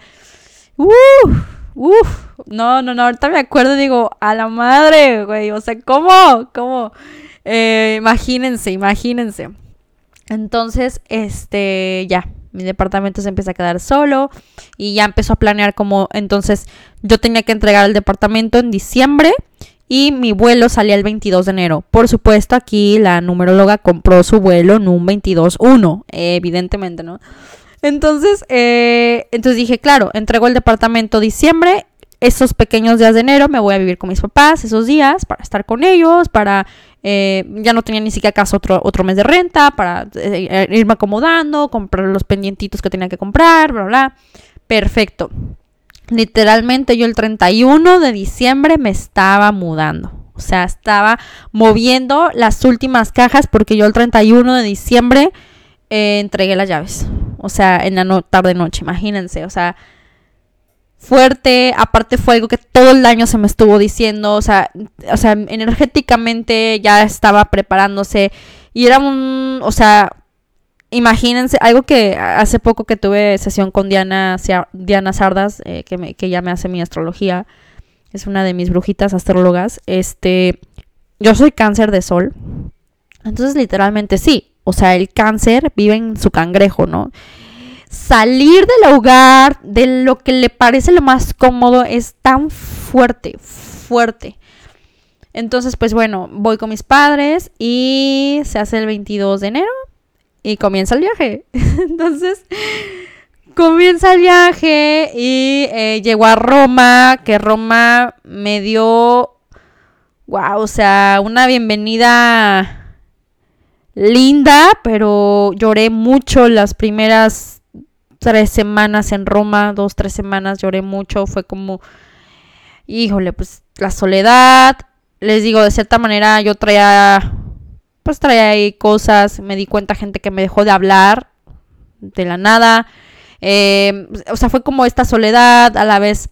No, ahorita me acuerdo y digo, a la madre, güey, o sea, ¿cómo? Imagínense. Entonces, ya, mi departamento se empieza a quedar solo y ya empezó a planear como, entonces yo tenía que entregar el departamento en diciembre y mi vuelo salía el 22 de enero. Por supuesto, aquí la numeróloga compró su vuelo en un 22-1, evidentemente, ¿no? Entonces dije, claro, entrego el departamento diciembre, esos pequeños días de enero me voy a vivir con mis papás esos días para estar con ellos, ya no tenía ni siquiera acaso otro mes de renta, para irme acomodando, comprar los pendientitos que tenía que comprar, bla, bla. Perfecto. Literalmente yo el 31 de diciembre me estaba mudando. O sea, estaba moviendo las últimas cajas porque yo el 31 de diciembre entregué las llaves. o sea, en la tarde-noche, imagínense, o sea, fuerte. Aparte fue algo que todo el año se me estuvo diciendo, o sea, energéticamente ya estaba preparándose y era o sea, imagínense, algo que hace poco que tuve sesión con Diana Sardas, que ya me hace mi astrología, es una de mis brujitas astrólogas. Yo soy cáncer de sol, entonces literalmente sí, o sea, el cáncer vive en su cangrejo, ¿no? Salir del hogar, de lo que le parece lo más cómodo, es tan fuerte. Entonces, pues bueno, voy con mis padres y se hace el 22 de enero y comienza el viaje. Entonces, comienza el viaje y llego a Roma, que Roma me dio, wow, o sea, una bienvenida linda, pero lloré mucho las primeras 3 semanas en Roma, 2-3 semanas lloré mucho, fue como, híjole, pues la soledad, les digo, de cierta manera yo traía ahí cosas, me di cuenta gente que me dejó de hablar de la nada, o sea, fue como esta soledad, a la vez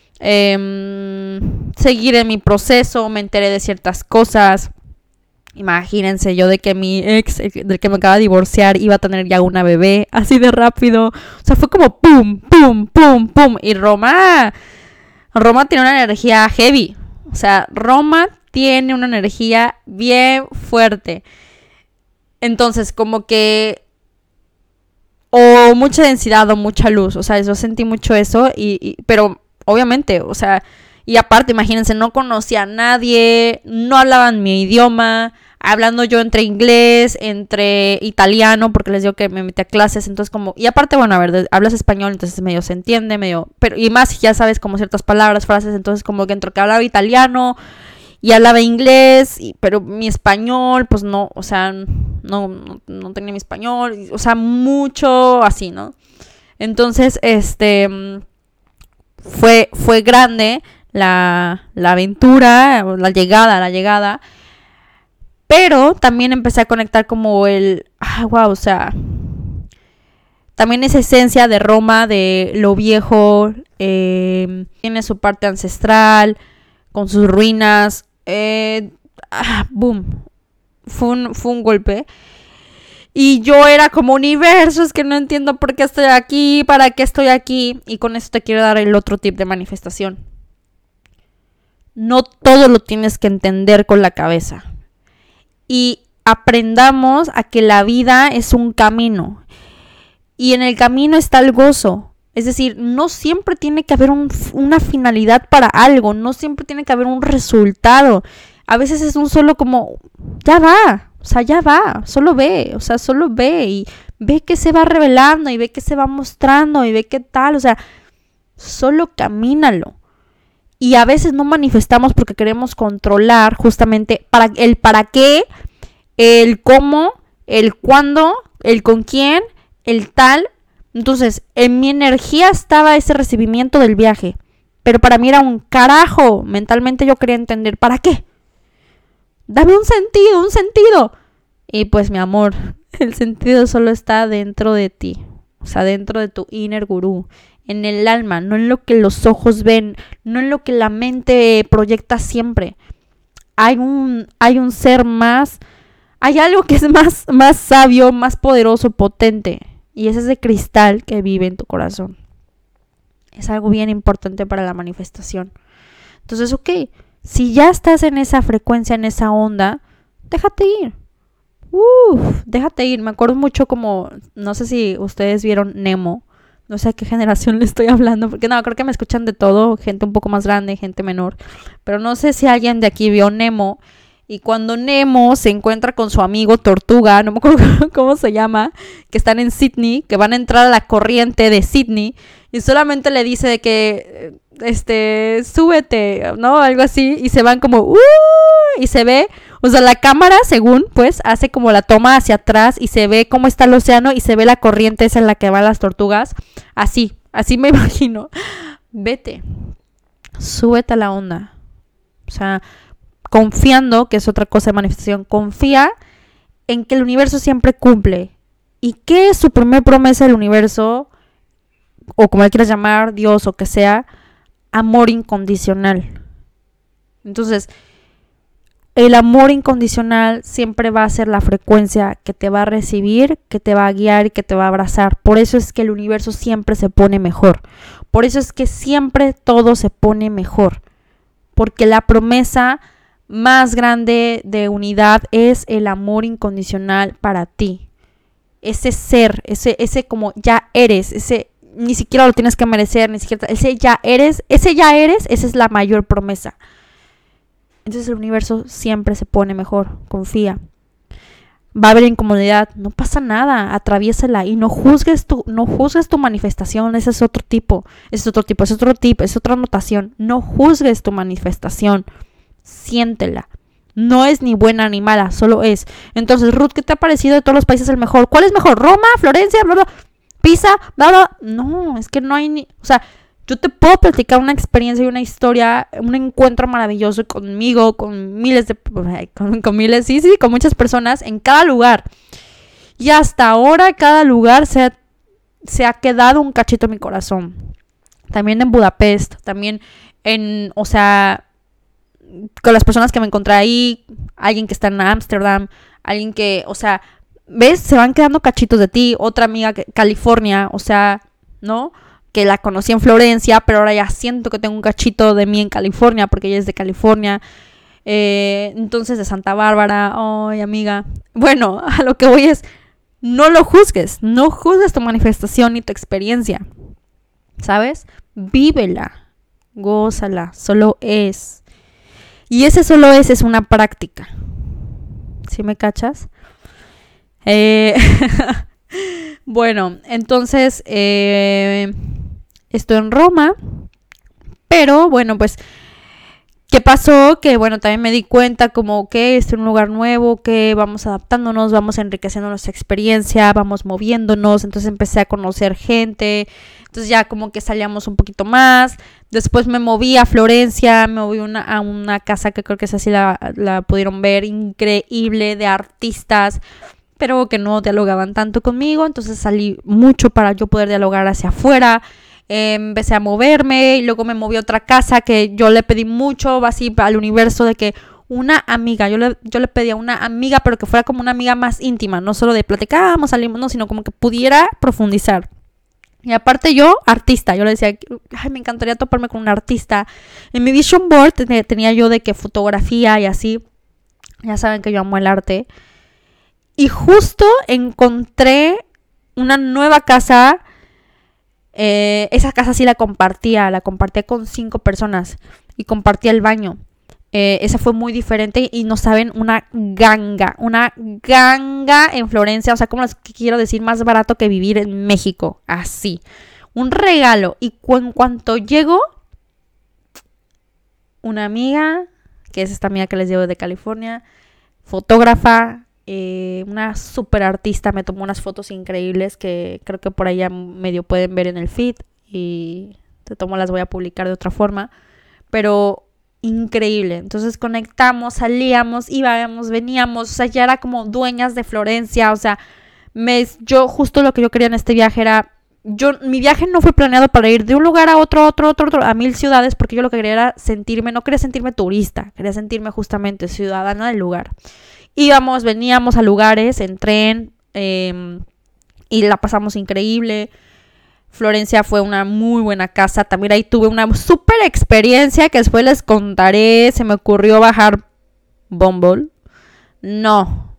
seguir en mi proceso, me enteré de ciertas cosas. Imagínense, yo de que mi ex, del que me acaba de divorciar, iba a tener ya una bebé, así de rápido. O sea, fue como pum, pum, pum, pum. Y Roma tiene una energía heavy. O sea, Roma tiene una energía bien fuerte. Entonces, como que o mucha densidad o mucha luz. O sea, yo sentí mucho eso, pero obviamente, o sea, y aparte, imagínense, no conocía a nadie, no hablaban mi idioma, hablando yo entre inglés, entre italiano, porque les digo que me metí a clases, entonces como, y aparte, bueno, a ver, hablas español, entonces medio se entiende, pero, y más, ya sabes como ciertas palabras, frases, entonces como que entre que hablaba italiano y hablaba inglés, pero mi español, pues no, o sea, no tenía mi español, o sea, mucho así, ¿no? Entonces, fue grande la aventura, la llegada, pero también empecé a conectar como wow, o sea, también esa esencia de Roma, de lo viejo, tiene su parte ancestral, con sus ruinas, boom, fue un golpe. Y yo era como, universo, es que no entiendo por qué estoy aquí, para qué estoy aquí. Y con esto te quiero dar el otro tip de manifestación. No todo lo tienes que entender con la cabeza. Y aprendamos a que la vida es un camino. Y en el camino está el gozo. Es decir, no siempre tiene que haber una finalidad para algo. No siempre tiene que haber un resultado. A veces es un solo como, ya va. O sea, ya va, solo ve y ve que se va revelando y ve que se va mostrando y ve qué tal, o sea, solo camínalo. Y a veces no manifestamos porque queremos controlar justamente para qué, el cómo, el cuándo, el con quién, el tal. Entonces, en mi energía estaba ese recibimiento del viaje, pero para mí era un carajo. Mentalmente yo quería entender, ¿para qué? Dame un sentido. Y pues, mi amor, el sentido solo está dentro de ti. O sea, dentro de tu inner gurú. En el alma, no en lo que los ojos ven, no en lo que la mente proyecta siempre. Hay un ser más, hay algo que es más sabio, más poderoso, potente. Y es ese cristal que vive en tu corazón. Es algo bien importante para la manifestación. Entonces, ok, si ya estás en esa frecuencia, en esa onda, déjate ir. Déjate ir. Me acuerdo mucho como, no sé si ustedes vieron Nemo. No sé a qué generación le estoy hablando, porque no, creo que me escuchan de todo, gente un poco más grande, gente menor. Pero no sé si alguien de aquí vio Nemo. Y cuando Nemo se encuentra con su amigo Tortuga, no me acuerdo cómo se llama, que están en Sydney, que van a entrar a la corriente de Sydney, y solamente le dice de que, súbete, ¿no? Algo así, y se van como, y se ve, o sea, la cámara, según, pues, hace como la toma hacia atrás, y se ve cómo está el océano, y se ve la corriente esa en la que van las tortugas, así me imagino. Vete, súbete a la onda, o sea, confiando, que es otra cosa de manifestación, confía en que el universo siempre cumple. ¿Y qué es su primer promesa del universo? O como le quieras llamar, Dios o que sea, amor incondicional. Entonces, el amor incondicional siempre va a ser la frecuencia que te va a recibir, que te va a guiar y que te va a abrazar. Por eso es que el universo siempre se pone mejor. Por eso es que siempre todo se pone mejor. Porque la promesa más grande de unidad es el amor incondicional para ti. Ese ser, ese como ya eres, ese ni siquiera lo tienes que merecer, ni siquiera esa es la mayor promesa. Entonces el universo siempre se pone mejor, confía. Va a haber incomodidad, no pasa nada, atraviésala y no juzgues tu manifestación, ese es otro tipo, es otra anotación. No juzgues tu manifestación, siéntela. No es ni buena ni mala, solo es. Entonces, Ruth, ¿qué te ha parecido de todos los países el mejor? ¿Cuál es mejor? ¿Roma? ¿Florencia? Bla, bla, ¿Pisa? Bla, bla. No, es que no hay ni... O sea, yo te puedo platicar una experiencia y una historia, un encuentro maravilloso conmigo, con miles de... Con miles, sí, con muchas personas en cada lugar. Y hasta ahora cada lugar se ha quedado un cachito en mi corazón. También en Budapest, también o sea, con las personas que me encontré ahí, alguien que está en Ámsterdam, alguien que, o sea, ¿ves? Se van quedando cachitos de ti. Otra amiga que California, o sea, ¿no? Que la conocí en Florencia, pero ahora ya siento que tengo un cachito de mí en California, porque ella es de California. Entonces de Santa Bárbara, ay, amiga. Bueno, a lo que voy es, no lo juzgues, no juzgues tu manifestación ni tu experiencia, ¿sabes? Vívela, gózala, solo es. Y ese solo es una práctica. ¿Sí me cachas? Bueno, entonces estoy en Roma, pero bueno, pues, ¿qué pasó? Que bueno, también me di cuenta como que estoy en un lugar nuevo, que vamos adaptándonos, vamos enriqueciendo nuestra experiencia, vamos moviéndonos, entonces empecé a conocer gente, entonces ya como que salíamos un poquito más. Después me moví a Florencia, me moví a una casa que creo que esa sí la pudieron ver, increíble, de artistas, pero que no dialogaban tanto conmigo, entonces salí mucho para yo poder dialogar hacia afuera. Empecé a moverme y luego me moví a otra casa que yo le pedí mucho así al universo de que una amiga, yo le pedí a una amiga, pero que fuera como una amiga más íntima, no solo de platicábamos, salimos, no, sino como que pudiera profundizar. Y aparte yo, artista, yo le decía, ay, me encantaría toparme con un artista. En mi vision board tenía yo de que fotografía y así, ya saben que yo amo el arte. Y justo encontré una nueva casa. Esa casa sí la compartía con 5 personas y compartía el baño. Esa fue muy diferente y no saben, una ganga en Florencia, o sea, como les quiero decir, más barato que vivir en México, así, un regalo. Y en cuanto llego, una amiga, que es esta amiga que les llevo de California, fotógrafa, una super artista, me tomó unas fotos increíbles que creo que por allá medio pueden ver en el feed y las voy a publicar de otra forma, pero increíble. Entonces conectamos, salíamos, íbamos, veníamos, o sea, ya era como dueñas de Florencia, o sea, yo justo lo que yo quería en este viaje era, mi viaje no fue planeado para ir de un lugar a otro, a 1000 ciudades, porque yo lo que quería era no quería sentirme turista, quería sentirme justamente ciudadana del lugar. Íbamos, veníamos a lugares en tren y la pasamos increíble. Florencia fue una muy buena casa. También ahí tuve una súper experiencia que después les contaré. Se me ocurrió bajar Bumble. No.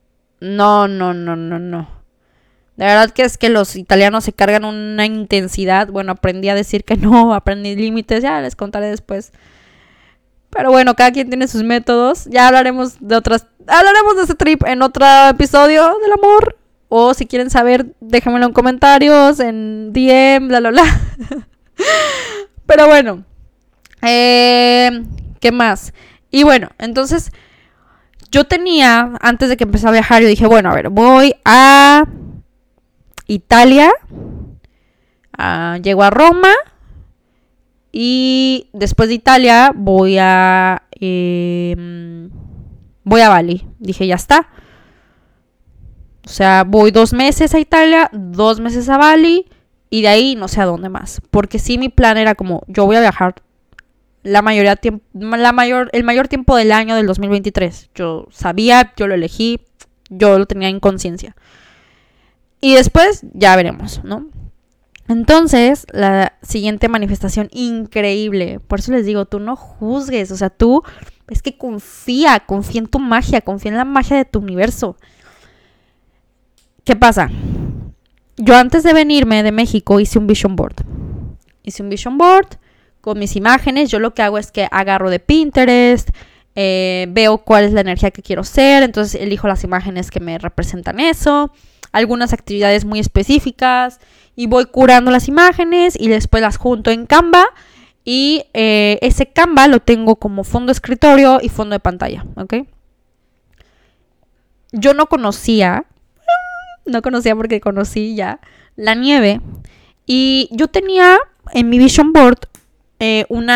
De verdad que es que los italianos se cargan una intensidad. Bueno, aprendí a decir que no, aprendí límites. Ya les contaré después. Pero bueno, cada quien tiene sus métodos. Ya hablaremos de ese trip en otro episodio del amor. O si quieren saber, déjenmelo en comentarios, en DM, bla, bla, bla. Pero bueno. ¿Qué más? Y bueno, entonces, yo tenía, antes de que empecé a viajar, yo dije, bueno, a ver, voy a Italia. Llego a Roma. Y después de Italia voy a Bali. Dije, ya está. O sea, voy 2 meses a Italia, 2 meses a Bali y de ahí no sé a dónde más. Porque sí, mi plan era como, yo voy a viajar el mayor tiempo del año del 2023. Yo sabía, yo lo elegí, yo lo tenía en conciencia. Y después ya veremos, ¿no? Entonces, la siguiente manifestación increíble. Por eso les digo, tú no juzgues. O sea, tú es que confía en tu magia, confía en la magia de tu universo. ¿Qué pasa? Yo antes de venirme de México hice un vision board. Con mis imágenes. Yo lo que hago es que agarro de Pinterest, veo cuál es la energía que quiero ser, entonces elijo las imágenes que me representan eso, algunas actividades muy específicas, y voy curando las imágenes y después las junto en Canva, y ese Canva lo tengo como fondo de escritorio y fondo de pantalla, ¿ok? Yo no conocía porque conocí ya la nieve, y yo tenía en mi vision board en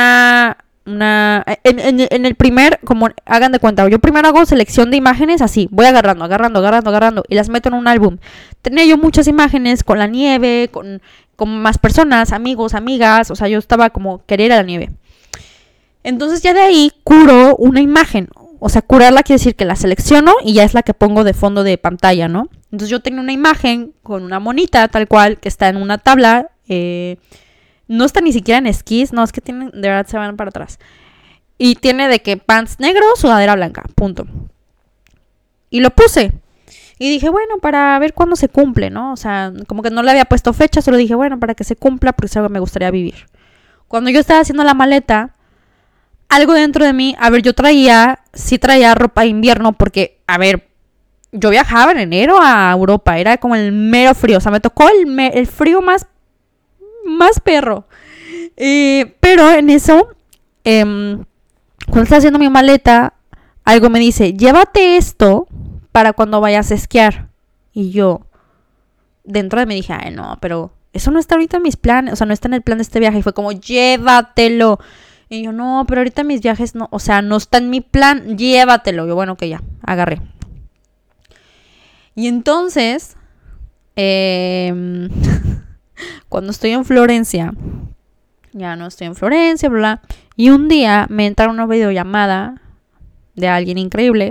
el primer, como hagan de cuenta, yo primero hago selección de imágenes así, voy agarrando y las meto en un álbum. Tenía yo muchas imágenes con la nieve, con más personas, amigos, amigas, o sea, yo estaba como querer ir a la nieve. Entonces ya de ahí curo una imagen, o sea, curarla quiere decir que la selecciono y ya es la que pongo de fondo de pantalla, ¿no? Entonces yo tenía una imagen con una monita tal cual que está en una tabla, no está ni siquiera en esquís, no, es que tienen, de verdad se van para atrás. Y tiene de que pants negros, sudadera blanca, punto. Y lo puse. Y dije, bueno, para ver cuándo se cumple, ¿no? O sea, como que no le había puesto fecha, solo dije, bueno, para que se cumpla, porque es algo que me gustaría vivir. Cuando yo estaba haciendo la maleta, algo dentro de mí, a ver, sí traía ropa de invierno, porque, a ver, yo viajaba en enero a Europa, era como el mero frío, o sea, me tocó el frío más perro. Pero en eso, cuando estaba haciendo mi maleta, algo me dice, llévate esto para cuando vayas a esquiar. Y yo, dentro de mí dije, ay no, pero eso no está ahorita en mis planes, o sea, no está en el plan de este viaje. Y fue como, llévatelo. Y yo, no, pero ahorita mis viajes no, o sea, no está en mi plan, llévatelo. Yo, bueno, que ya, agarré. Y entonces, cuando estoy en Florencia, ya no estoy en Florencia, bla, y un día me entra una videollamada de alguien increíble,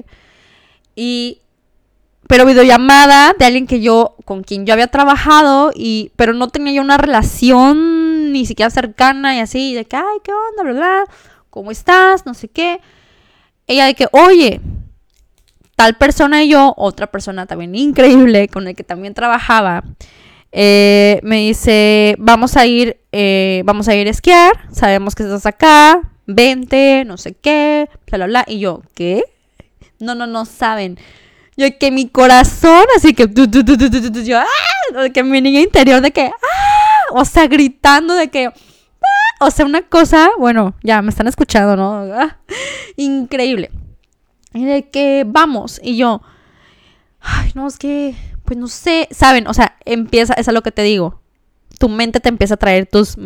pero videollamada de alguien con quien yo había trabajado, pero no tenía yo una relación ni siquiera cercana y así, de que, ay, ¿qué onda, bla, bla? ¿Cómo estás? No sé qué. Ella de que, oye, tal persona y yo, otra persona también increíble, con el que también trabajaba, me dice, vamos a ir a esquiar, sabemos que estás acá, vente, no sé qué, bla, bla, bla. Y yo, ¿qué? No saben. Yo que mi corazón, así que yo, que mi niña interior de que, o sea, gritando de que, o sea, una cosa, bueno, ya me están escuchando, ¿no? Increíble. Y de que vamos, y yo, ay, no, es que, pues no sé, ¿saben? O sea, es lo que te digo. Tu mente te empieza a traer tus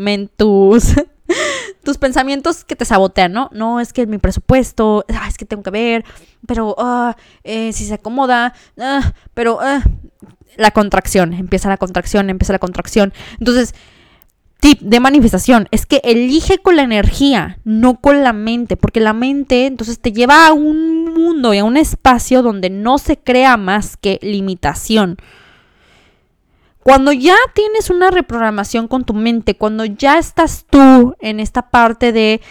pensamientos que te sabotean, ¿no? No, es que mi presupuesto, es que tengo que ver, pero si se acomoda, pero empieza la contracción. Entonces, tip de manifestación es que elige con la energía, no con la mente, porque la mente entonces te lleva a un mundo y a un espacio donde no se crea más que limitación. Cuando ya tienes una reprogramación con tu mente, cuando ya estás tú en esta parte de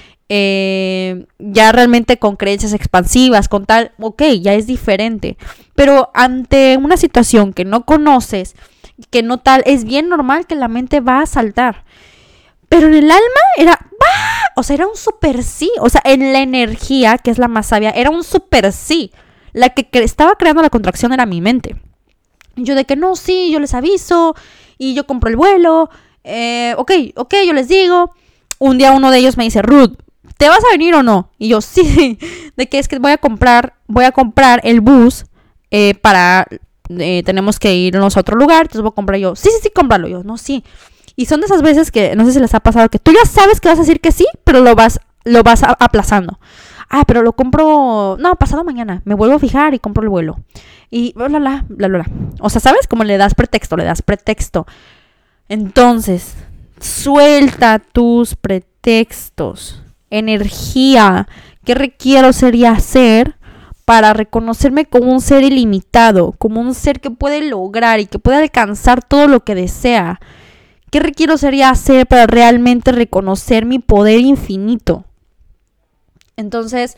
ya realmente con creencias expansivas, con tal, ok, ya es diferente. Pero ante una situación que no conoces, que no tal, es bien normal que la mente va a saltar. Pero en el alma era, o sea, era un super sí. O sea, en la energía, que es la más sabia, era un super sí. La que estaba creando la contracción era mi mente. Yo de que no, sí, yo les aviso y yo compro el vuelo. Ok, yo les digo. Un día uno de ellos me dice, Ruth, ¿te vas a venir o no? Y yo, sí, de que es que voy a comprar el bus para, tenemos que irnos a otro lugar, entonces voy a comprar yo. Sí, cómpralo. Yo, no, sí. Y son de esas veces que, no sé si les ha pasado, que tú ya sabes que vas a decir que sí, pero lo vas aplazando. pero lo compro, no, pasado mañana, me vuelvo a fijar y compro el vuelo. Y bla, bla, bla, bla, bla. O sea, ¿sabes? Como le das pretexto. Entonces, suelta tus pretextos. Energía. ¿Qué requiero sería hacer para reconocerme como un ser ilimitado? Como un ser que puede lograr y que puede alcanzar todo lo que desea. ¿Qué requiero sería hacer para realmente reconocer mi poder infinito? Entonces,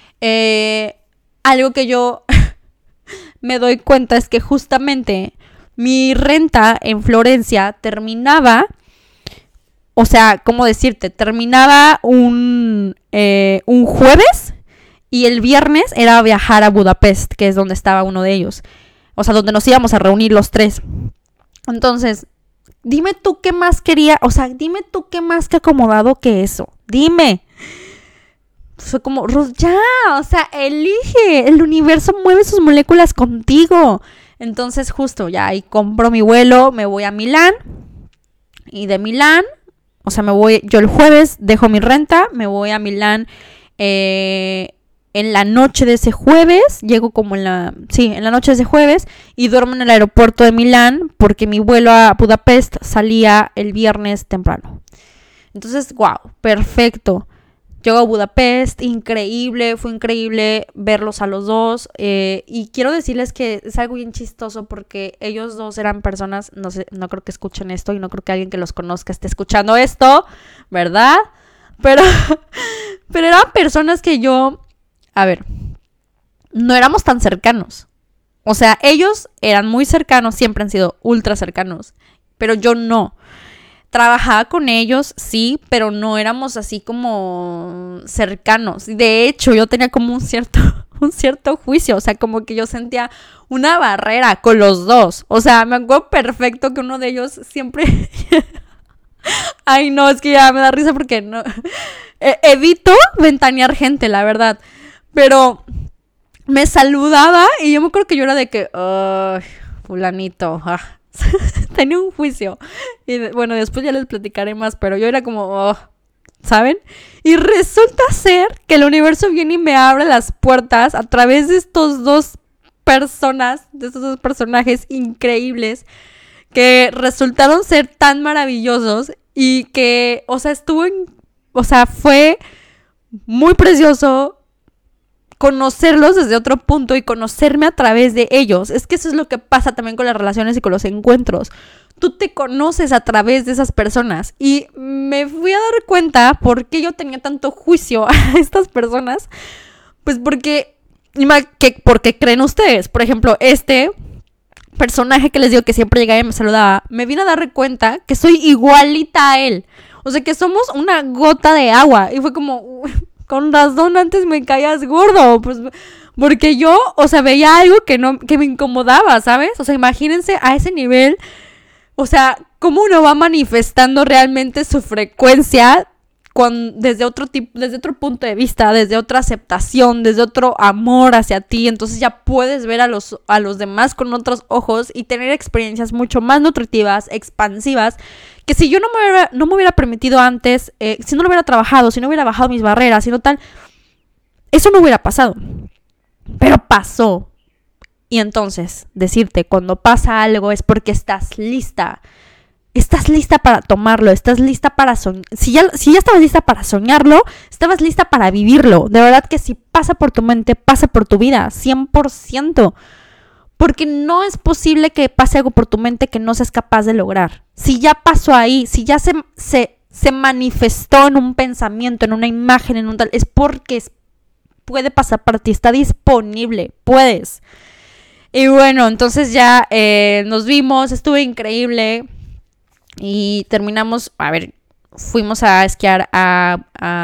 algo que yo me doy cuenta es que justamente mi renta en Florencia terminaba, o sea, ¿cómo decirte? Terminaba un jueves y el viernes era viajar a Budapest, que es donde estaba uno de ellos. O sea, donde nos íbamos a reunir los tres. Entonces, dime tú qué más quería, o sea, dime tú qué más que acomodado que eso. Dime. Fue como, ya, o sea, elige. El universo mueve sus moléculas contigo. Entonces, justo, ya ahí compro mi vuelo, me voy a Milán. Y de Milán, o sea, me voy, yo el jueves dejo mi renta, me voy a Milán en la noche de ese jueves, llego como en la noche de ese jueves y duermo en el aeropuerto de Milán porque mi vuelo a Budapest salía el viernes temprano. Entonces, wow, perfecto. Llego a Budapest, fue increíble verlos a los dos. Y quiero decirles que es algo bien chistoso porque ellos dos eran personas, no sé, no creo que escuchen esto y no creo que alguien que los conozca esté escuchando esto, ¿verdad? Pero eran personas que no éramos tan cercanos. O sea, ellos eran muy cercanos, siempre han sido ultra cercanos, pero yo no. Trabajaba con ellos, sí, pero no éramos así como cercanos. De hecho, yo tenía como un cierto juicio, o sea, como que yo sentía una barrera con los dos. O sea, me acuerdo perfecto que uno de ellos siempre... Ay, no, es que ya me da risa porque no... evito ventanear gente, la verdad. Pero me saludaba y yo me acuerdo que yo era de que... fulanito, tenía un juicio. Y bueno, después ya les platicaré más, pero yo era como, ¿saben? Y resulta ser que el universo viene y me abre las puertas a través de estos dos personajes increíbles que resultaron ser tan maravillosos y que, o sea, fue muy precioso conocerlos desde otro punto y conocerme a través de ellos. Es que eso es lo que pasa también con las relaciones y con los encuentros. Tú te conoces a través de esas personas y me fui a dar cuenta por qué yo tenía tanto juicio a estas personas. Pues porque creen ustedes. Por ejemplo, este personaje que les digo que siempre llegaba y me saludaba, me vine a dar cuenta que soy igualita a él. O sea, que somos una gota de agua. Y fue como... Con razón antes me caías gordo, pues porque yo, o sea, veía algo que me incomodaba, ¿sabes? O sea, imagínense a ese nivel, o sea, cómo uno va manifestando realmente su frecuencia desde otro punto de vista, desde otra aceptación, desde otro amor hacia ti. Entonces ya puedes ver a los demás con otros ojos y tener experiencias mucho más nutritivas, expansivas, que si yo no me hubiera permitido antes, si no lo hubiera trabajado, si no hubiera bajado mis barreras, si no tal, eso no hubiera pasado. Pero pasó. Y entonces, decirte, cuando pasa algo es porque estás lista. Estás lista para tomarlo, estás lista para soñar. Si ya estabas lista para soñarlo, estabas lista para vivirlo. De verdad que si pasa por tu mente, pasa por tu vida, 100%. Porque no es posible que pase algo por tu mente que no seas capaz de lograr. Si ya pasó ahí, si ya se manifestó en un pensamiento, en una imagen, en un tal, es porque puede pasar para ti, está disponible, puedes. Y bueno, entonces ya nos vimos, estuvo increíble. Y terminamos, fuimos a esquiar a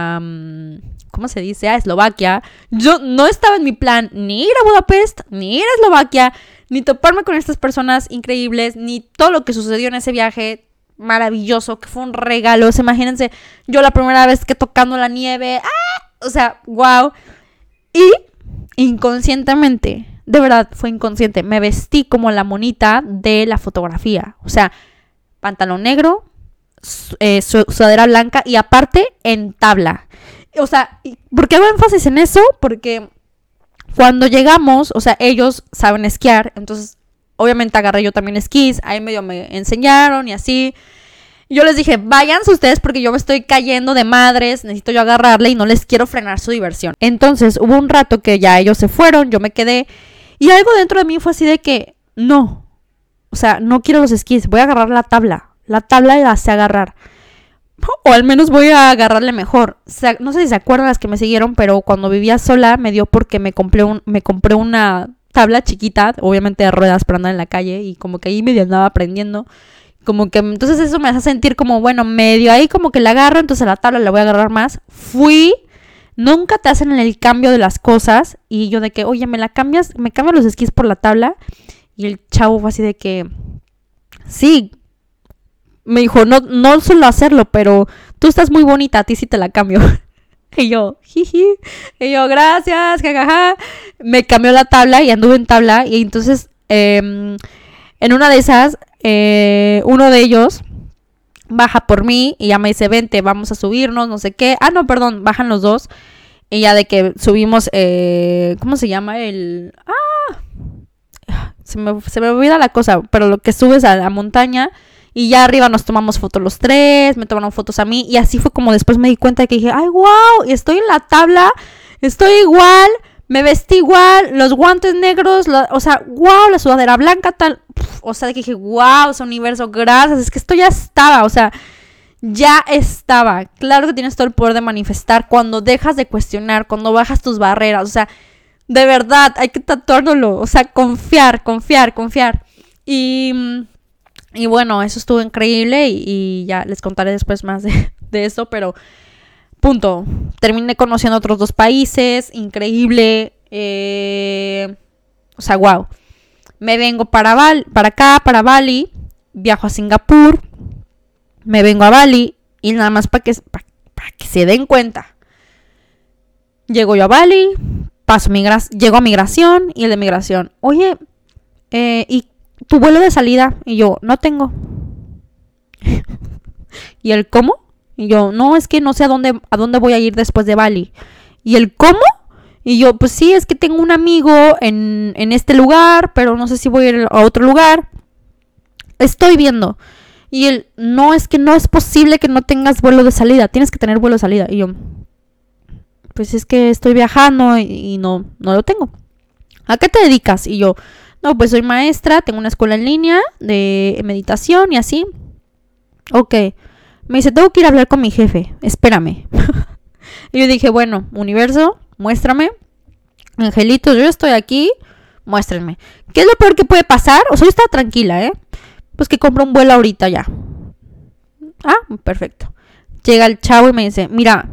¿cómo se dice? A Eslovaquia. Yo no estaba en mi plan ni ir a Budapest, ni ir a Eslovaquia, ni toparme con estas personas increíbles, ni todo lo que sucedió en ese viaje maravilloso, que fue un regalo. O sea, imagínense, yo la primera vez que tocando la nieve, o sea, wow. Y inconscientemente, de verdad fue inconsciente, me vestí como la monita de la fotografía. O sea, pantalón negro, sudadera blanca y aparte en tabla. O sea, ¿por qué hago énfasis en eso? Porque cuando llegamos, o sea, ellos saben esquiar, entonces obviamente agarré yo también esquís, ahí medio me enseñaron y así. Yo les dije, váyanse ustedes porque yo me estoy cayendo de madres, necesito yo agarrarle y no les quiero frenar su diversión. Entonces hubo un rato que ya ellos se fueron, yo me quedé y algo dentro de mí fue así de que no, o sea, no quiero los esquís, voy a agarrar la tabla la sé agarrar. O al menos voy a agarrarle mejor. O sea, no sé si se acuerdan las que me siguieron, pero cuando vivía sola me dio porque me compré una tabla chiquita, obviamente de ruedas para andar en la calle, y como que ahí medio andaba aprendiendo. Como que entonces eso me hace sentir como, bueno, medio ahí como que la agarro, entonces la tabla la voy a agarrar más. Nunca te hacen el cambio de las cosas, y yo de que, oye, me cambias los esquís por la tabla, y el chavo fue así de que, sí. Me dijo, no suelo hacerlo, pero tú estás muy bonita, a ti sí te la cambio. Y yo, jiji. Y yo, gracias, jajaja. Me cambió la tabla y anduve en tabla. Y entonces, en una de esas, uno de ellos baja por mí y ya me dice, vente, vamos a subirnos, no sé qué. Ah, no, perdón, bajan los dos. Y ya de que subimos, ¿cómo se llama? Se me olvida la cosa, pero lo que subes a la montaña. Y ya arriba nos tomamos fotos los tres, me tomaron fotos a mí. Y así fue como después me di cuenta que dije, ay, wow, y estoy en la tabla, estoy igual, me vestí igual, los guantes negros, o sea, wow, la sudadera blanca, tal. O sea, que dije, wow, ese universo, gracias, es que esto ya estaba, o sea, ya estaba. Claro que tienes todo el poder de manifestar cuando dejas de cuestionar, cuando bajas tus barreras, o sea, de verdad, hay que tatuárnoslo, o sea, confiar. Y bueno, eso estuvo increíble y ya les contaré después más de eso, pero punto. Terminé conociendo otros 2 países, increíble. O sea, wow. Me vengo para acá, para Bali, viajo a Singapur, me vengo a Bali y nada más para que se den cuenta. Llego yo a Bali, llego a migración y el de migración, oye, ¿y tu vuelo de salida? Y yo, no tengo. ¿Y el cómo? Y yo, no, es que no sé a dónde voy a ir después de Bali. ¿Y el cómo? Y yo, pues sí, es que tengo un amigo en este lugar, pero no sé si voy a ir a otro lugar. Estoy viendo. Y él, no, es que no es posible que no tengas vuelo de salida, tienes que tener vuelo de salida. Y yo, pues es que estoy viajando y no lo tengo. ¿A qué te dedicas? Y yo, no, pues soy maestra, tengo una escuela en línea de meditación y así. Ok. Me dice, tengo que ir a hablar con mi jefe, espérame. Y yo dije, bueno, universo, muéstrame. Angelitos, yo estoy aquí, muéstrenme. ¿Qué es lo peor que puede pasar? O sea, yo estaba tranquila, pues que compro un vuelo ahorita ya. Ah, perfecto. Llega el chavo y me dice, mira,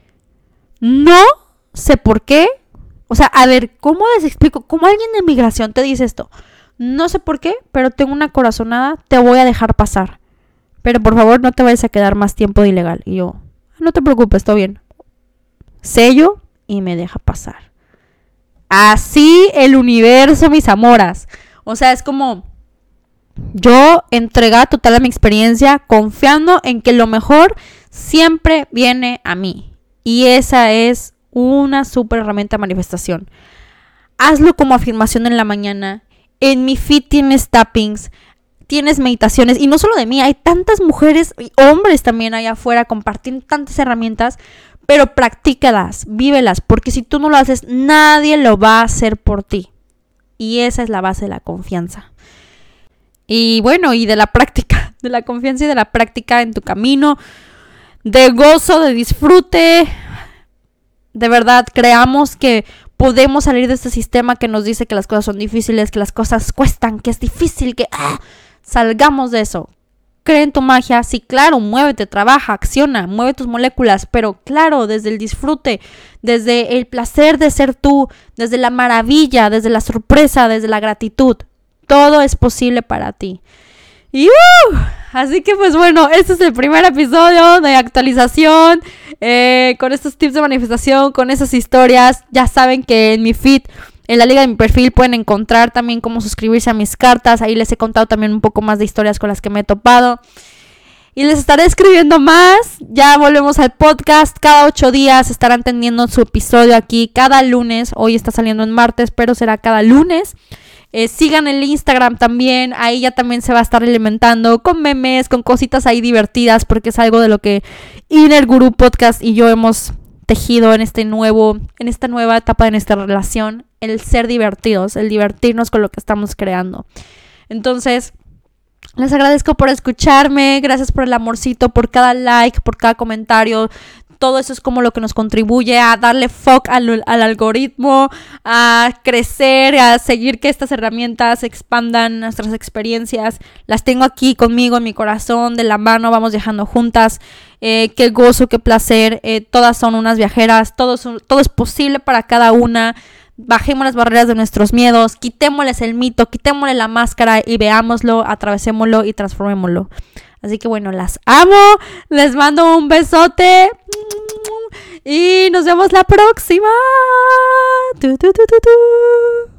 no sé por qué. O sea, a ver, ¿cómo les explico? ¿Cómo alguien de migración te dice esto? No sé por qué, pero tengo una corazonada, te voy a dejar pasar. Pero por favor no te vayas a quedar más tiempo de ilegal. Y yo, no te preocupes, todo bien. Sello y me deja pasar. Así el universo, mis amoras. O sea, es como yo entregaba total a mi experiencia, confiando en que lo mejor siempre viene a mí. Y esa es una súper herramienta de manifestación. Hazlo como afirmación en la mañana. En mi feed tienes tappings, tienes meditaciones. Y no solo de mí, hay tantas mujeres y hombres también allá afuera compartiendo tantas herramientas. Pero practícalas, vívelas. Porque si tú no lo haces, nadie lo va a hacer por ti. Y esa es la base de la confianza. Y bueno, y de la práctica. De la confianza y de la práctica en tu camino. De gozo, de disfrute. De verdad, creamos que podemos salir de este sistema que nos dice que las cosas son difíciles, que las cosas cuestan, que es difícil, que salgamos de eso. Cree en tu magia, sí, claro, muévete, trabaja, acciona, mueve tus moléculas, pero claro, desde el disfrute, desde el placer de ser tú, desde la maravilla, desde la sorpresa, desde la gratitud. Todo es posible para ti. Y así que pues bueno, este es el primer episodio de actualización, con estos tips de manifestación, con esas historias. Ya saben que en mi feed, en la liga de mi perfil, pueden encontrar también cómo suscribirse a mis cartas. Ahí les he contado también un poco más de historias con las que me he topado. Y les estaré escribiendo más. Ya volvemos al podcast. Cada 8 días estarán teniendo su episodio aquí. Cada lunes. Hoy está saliendo en martes, pero será cada lunes. Sigan el Instagram también. Ahí ya también se va a estar alimentando con memes, con cositas ahí divertidas. Porque es algo de lo que Inner Guru Podcast y yo hemos tejido en esta nueva etapa de nuestra relación. El ser divertidos. El divertirnos con lo que estamos creando. Entonces, les agradezco por escucharme, gracias por el amorcito, por cada like, por cada comentario. Todo eso es como lo que nos contribuye a darle fuck al algoritmo, a crecer, a seguir que estas herramientas expandan nuestras experiencias. Las tengo aquí conmigo, en mi corazón, de la mano, vamos viajando juntas. Qué gozo, qué placer. Todas son unas viajeras, todo es posible para cada una. Bajemos las barreras de nuestros miedos, quitémosles el mito, quitémosle la máscara y veámoslo, atravesémoslo y transformémoslo. Así que bueno, las amo, les mando un besote y nos vemos la próxima.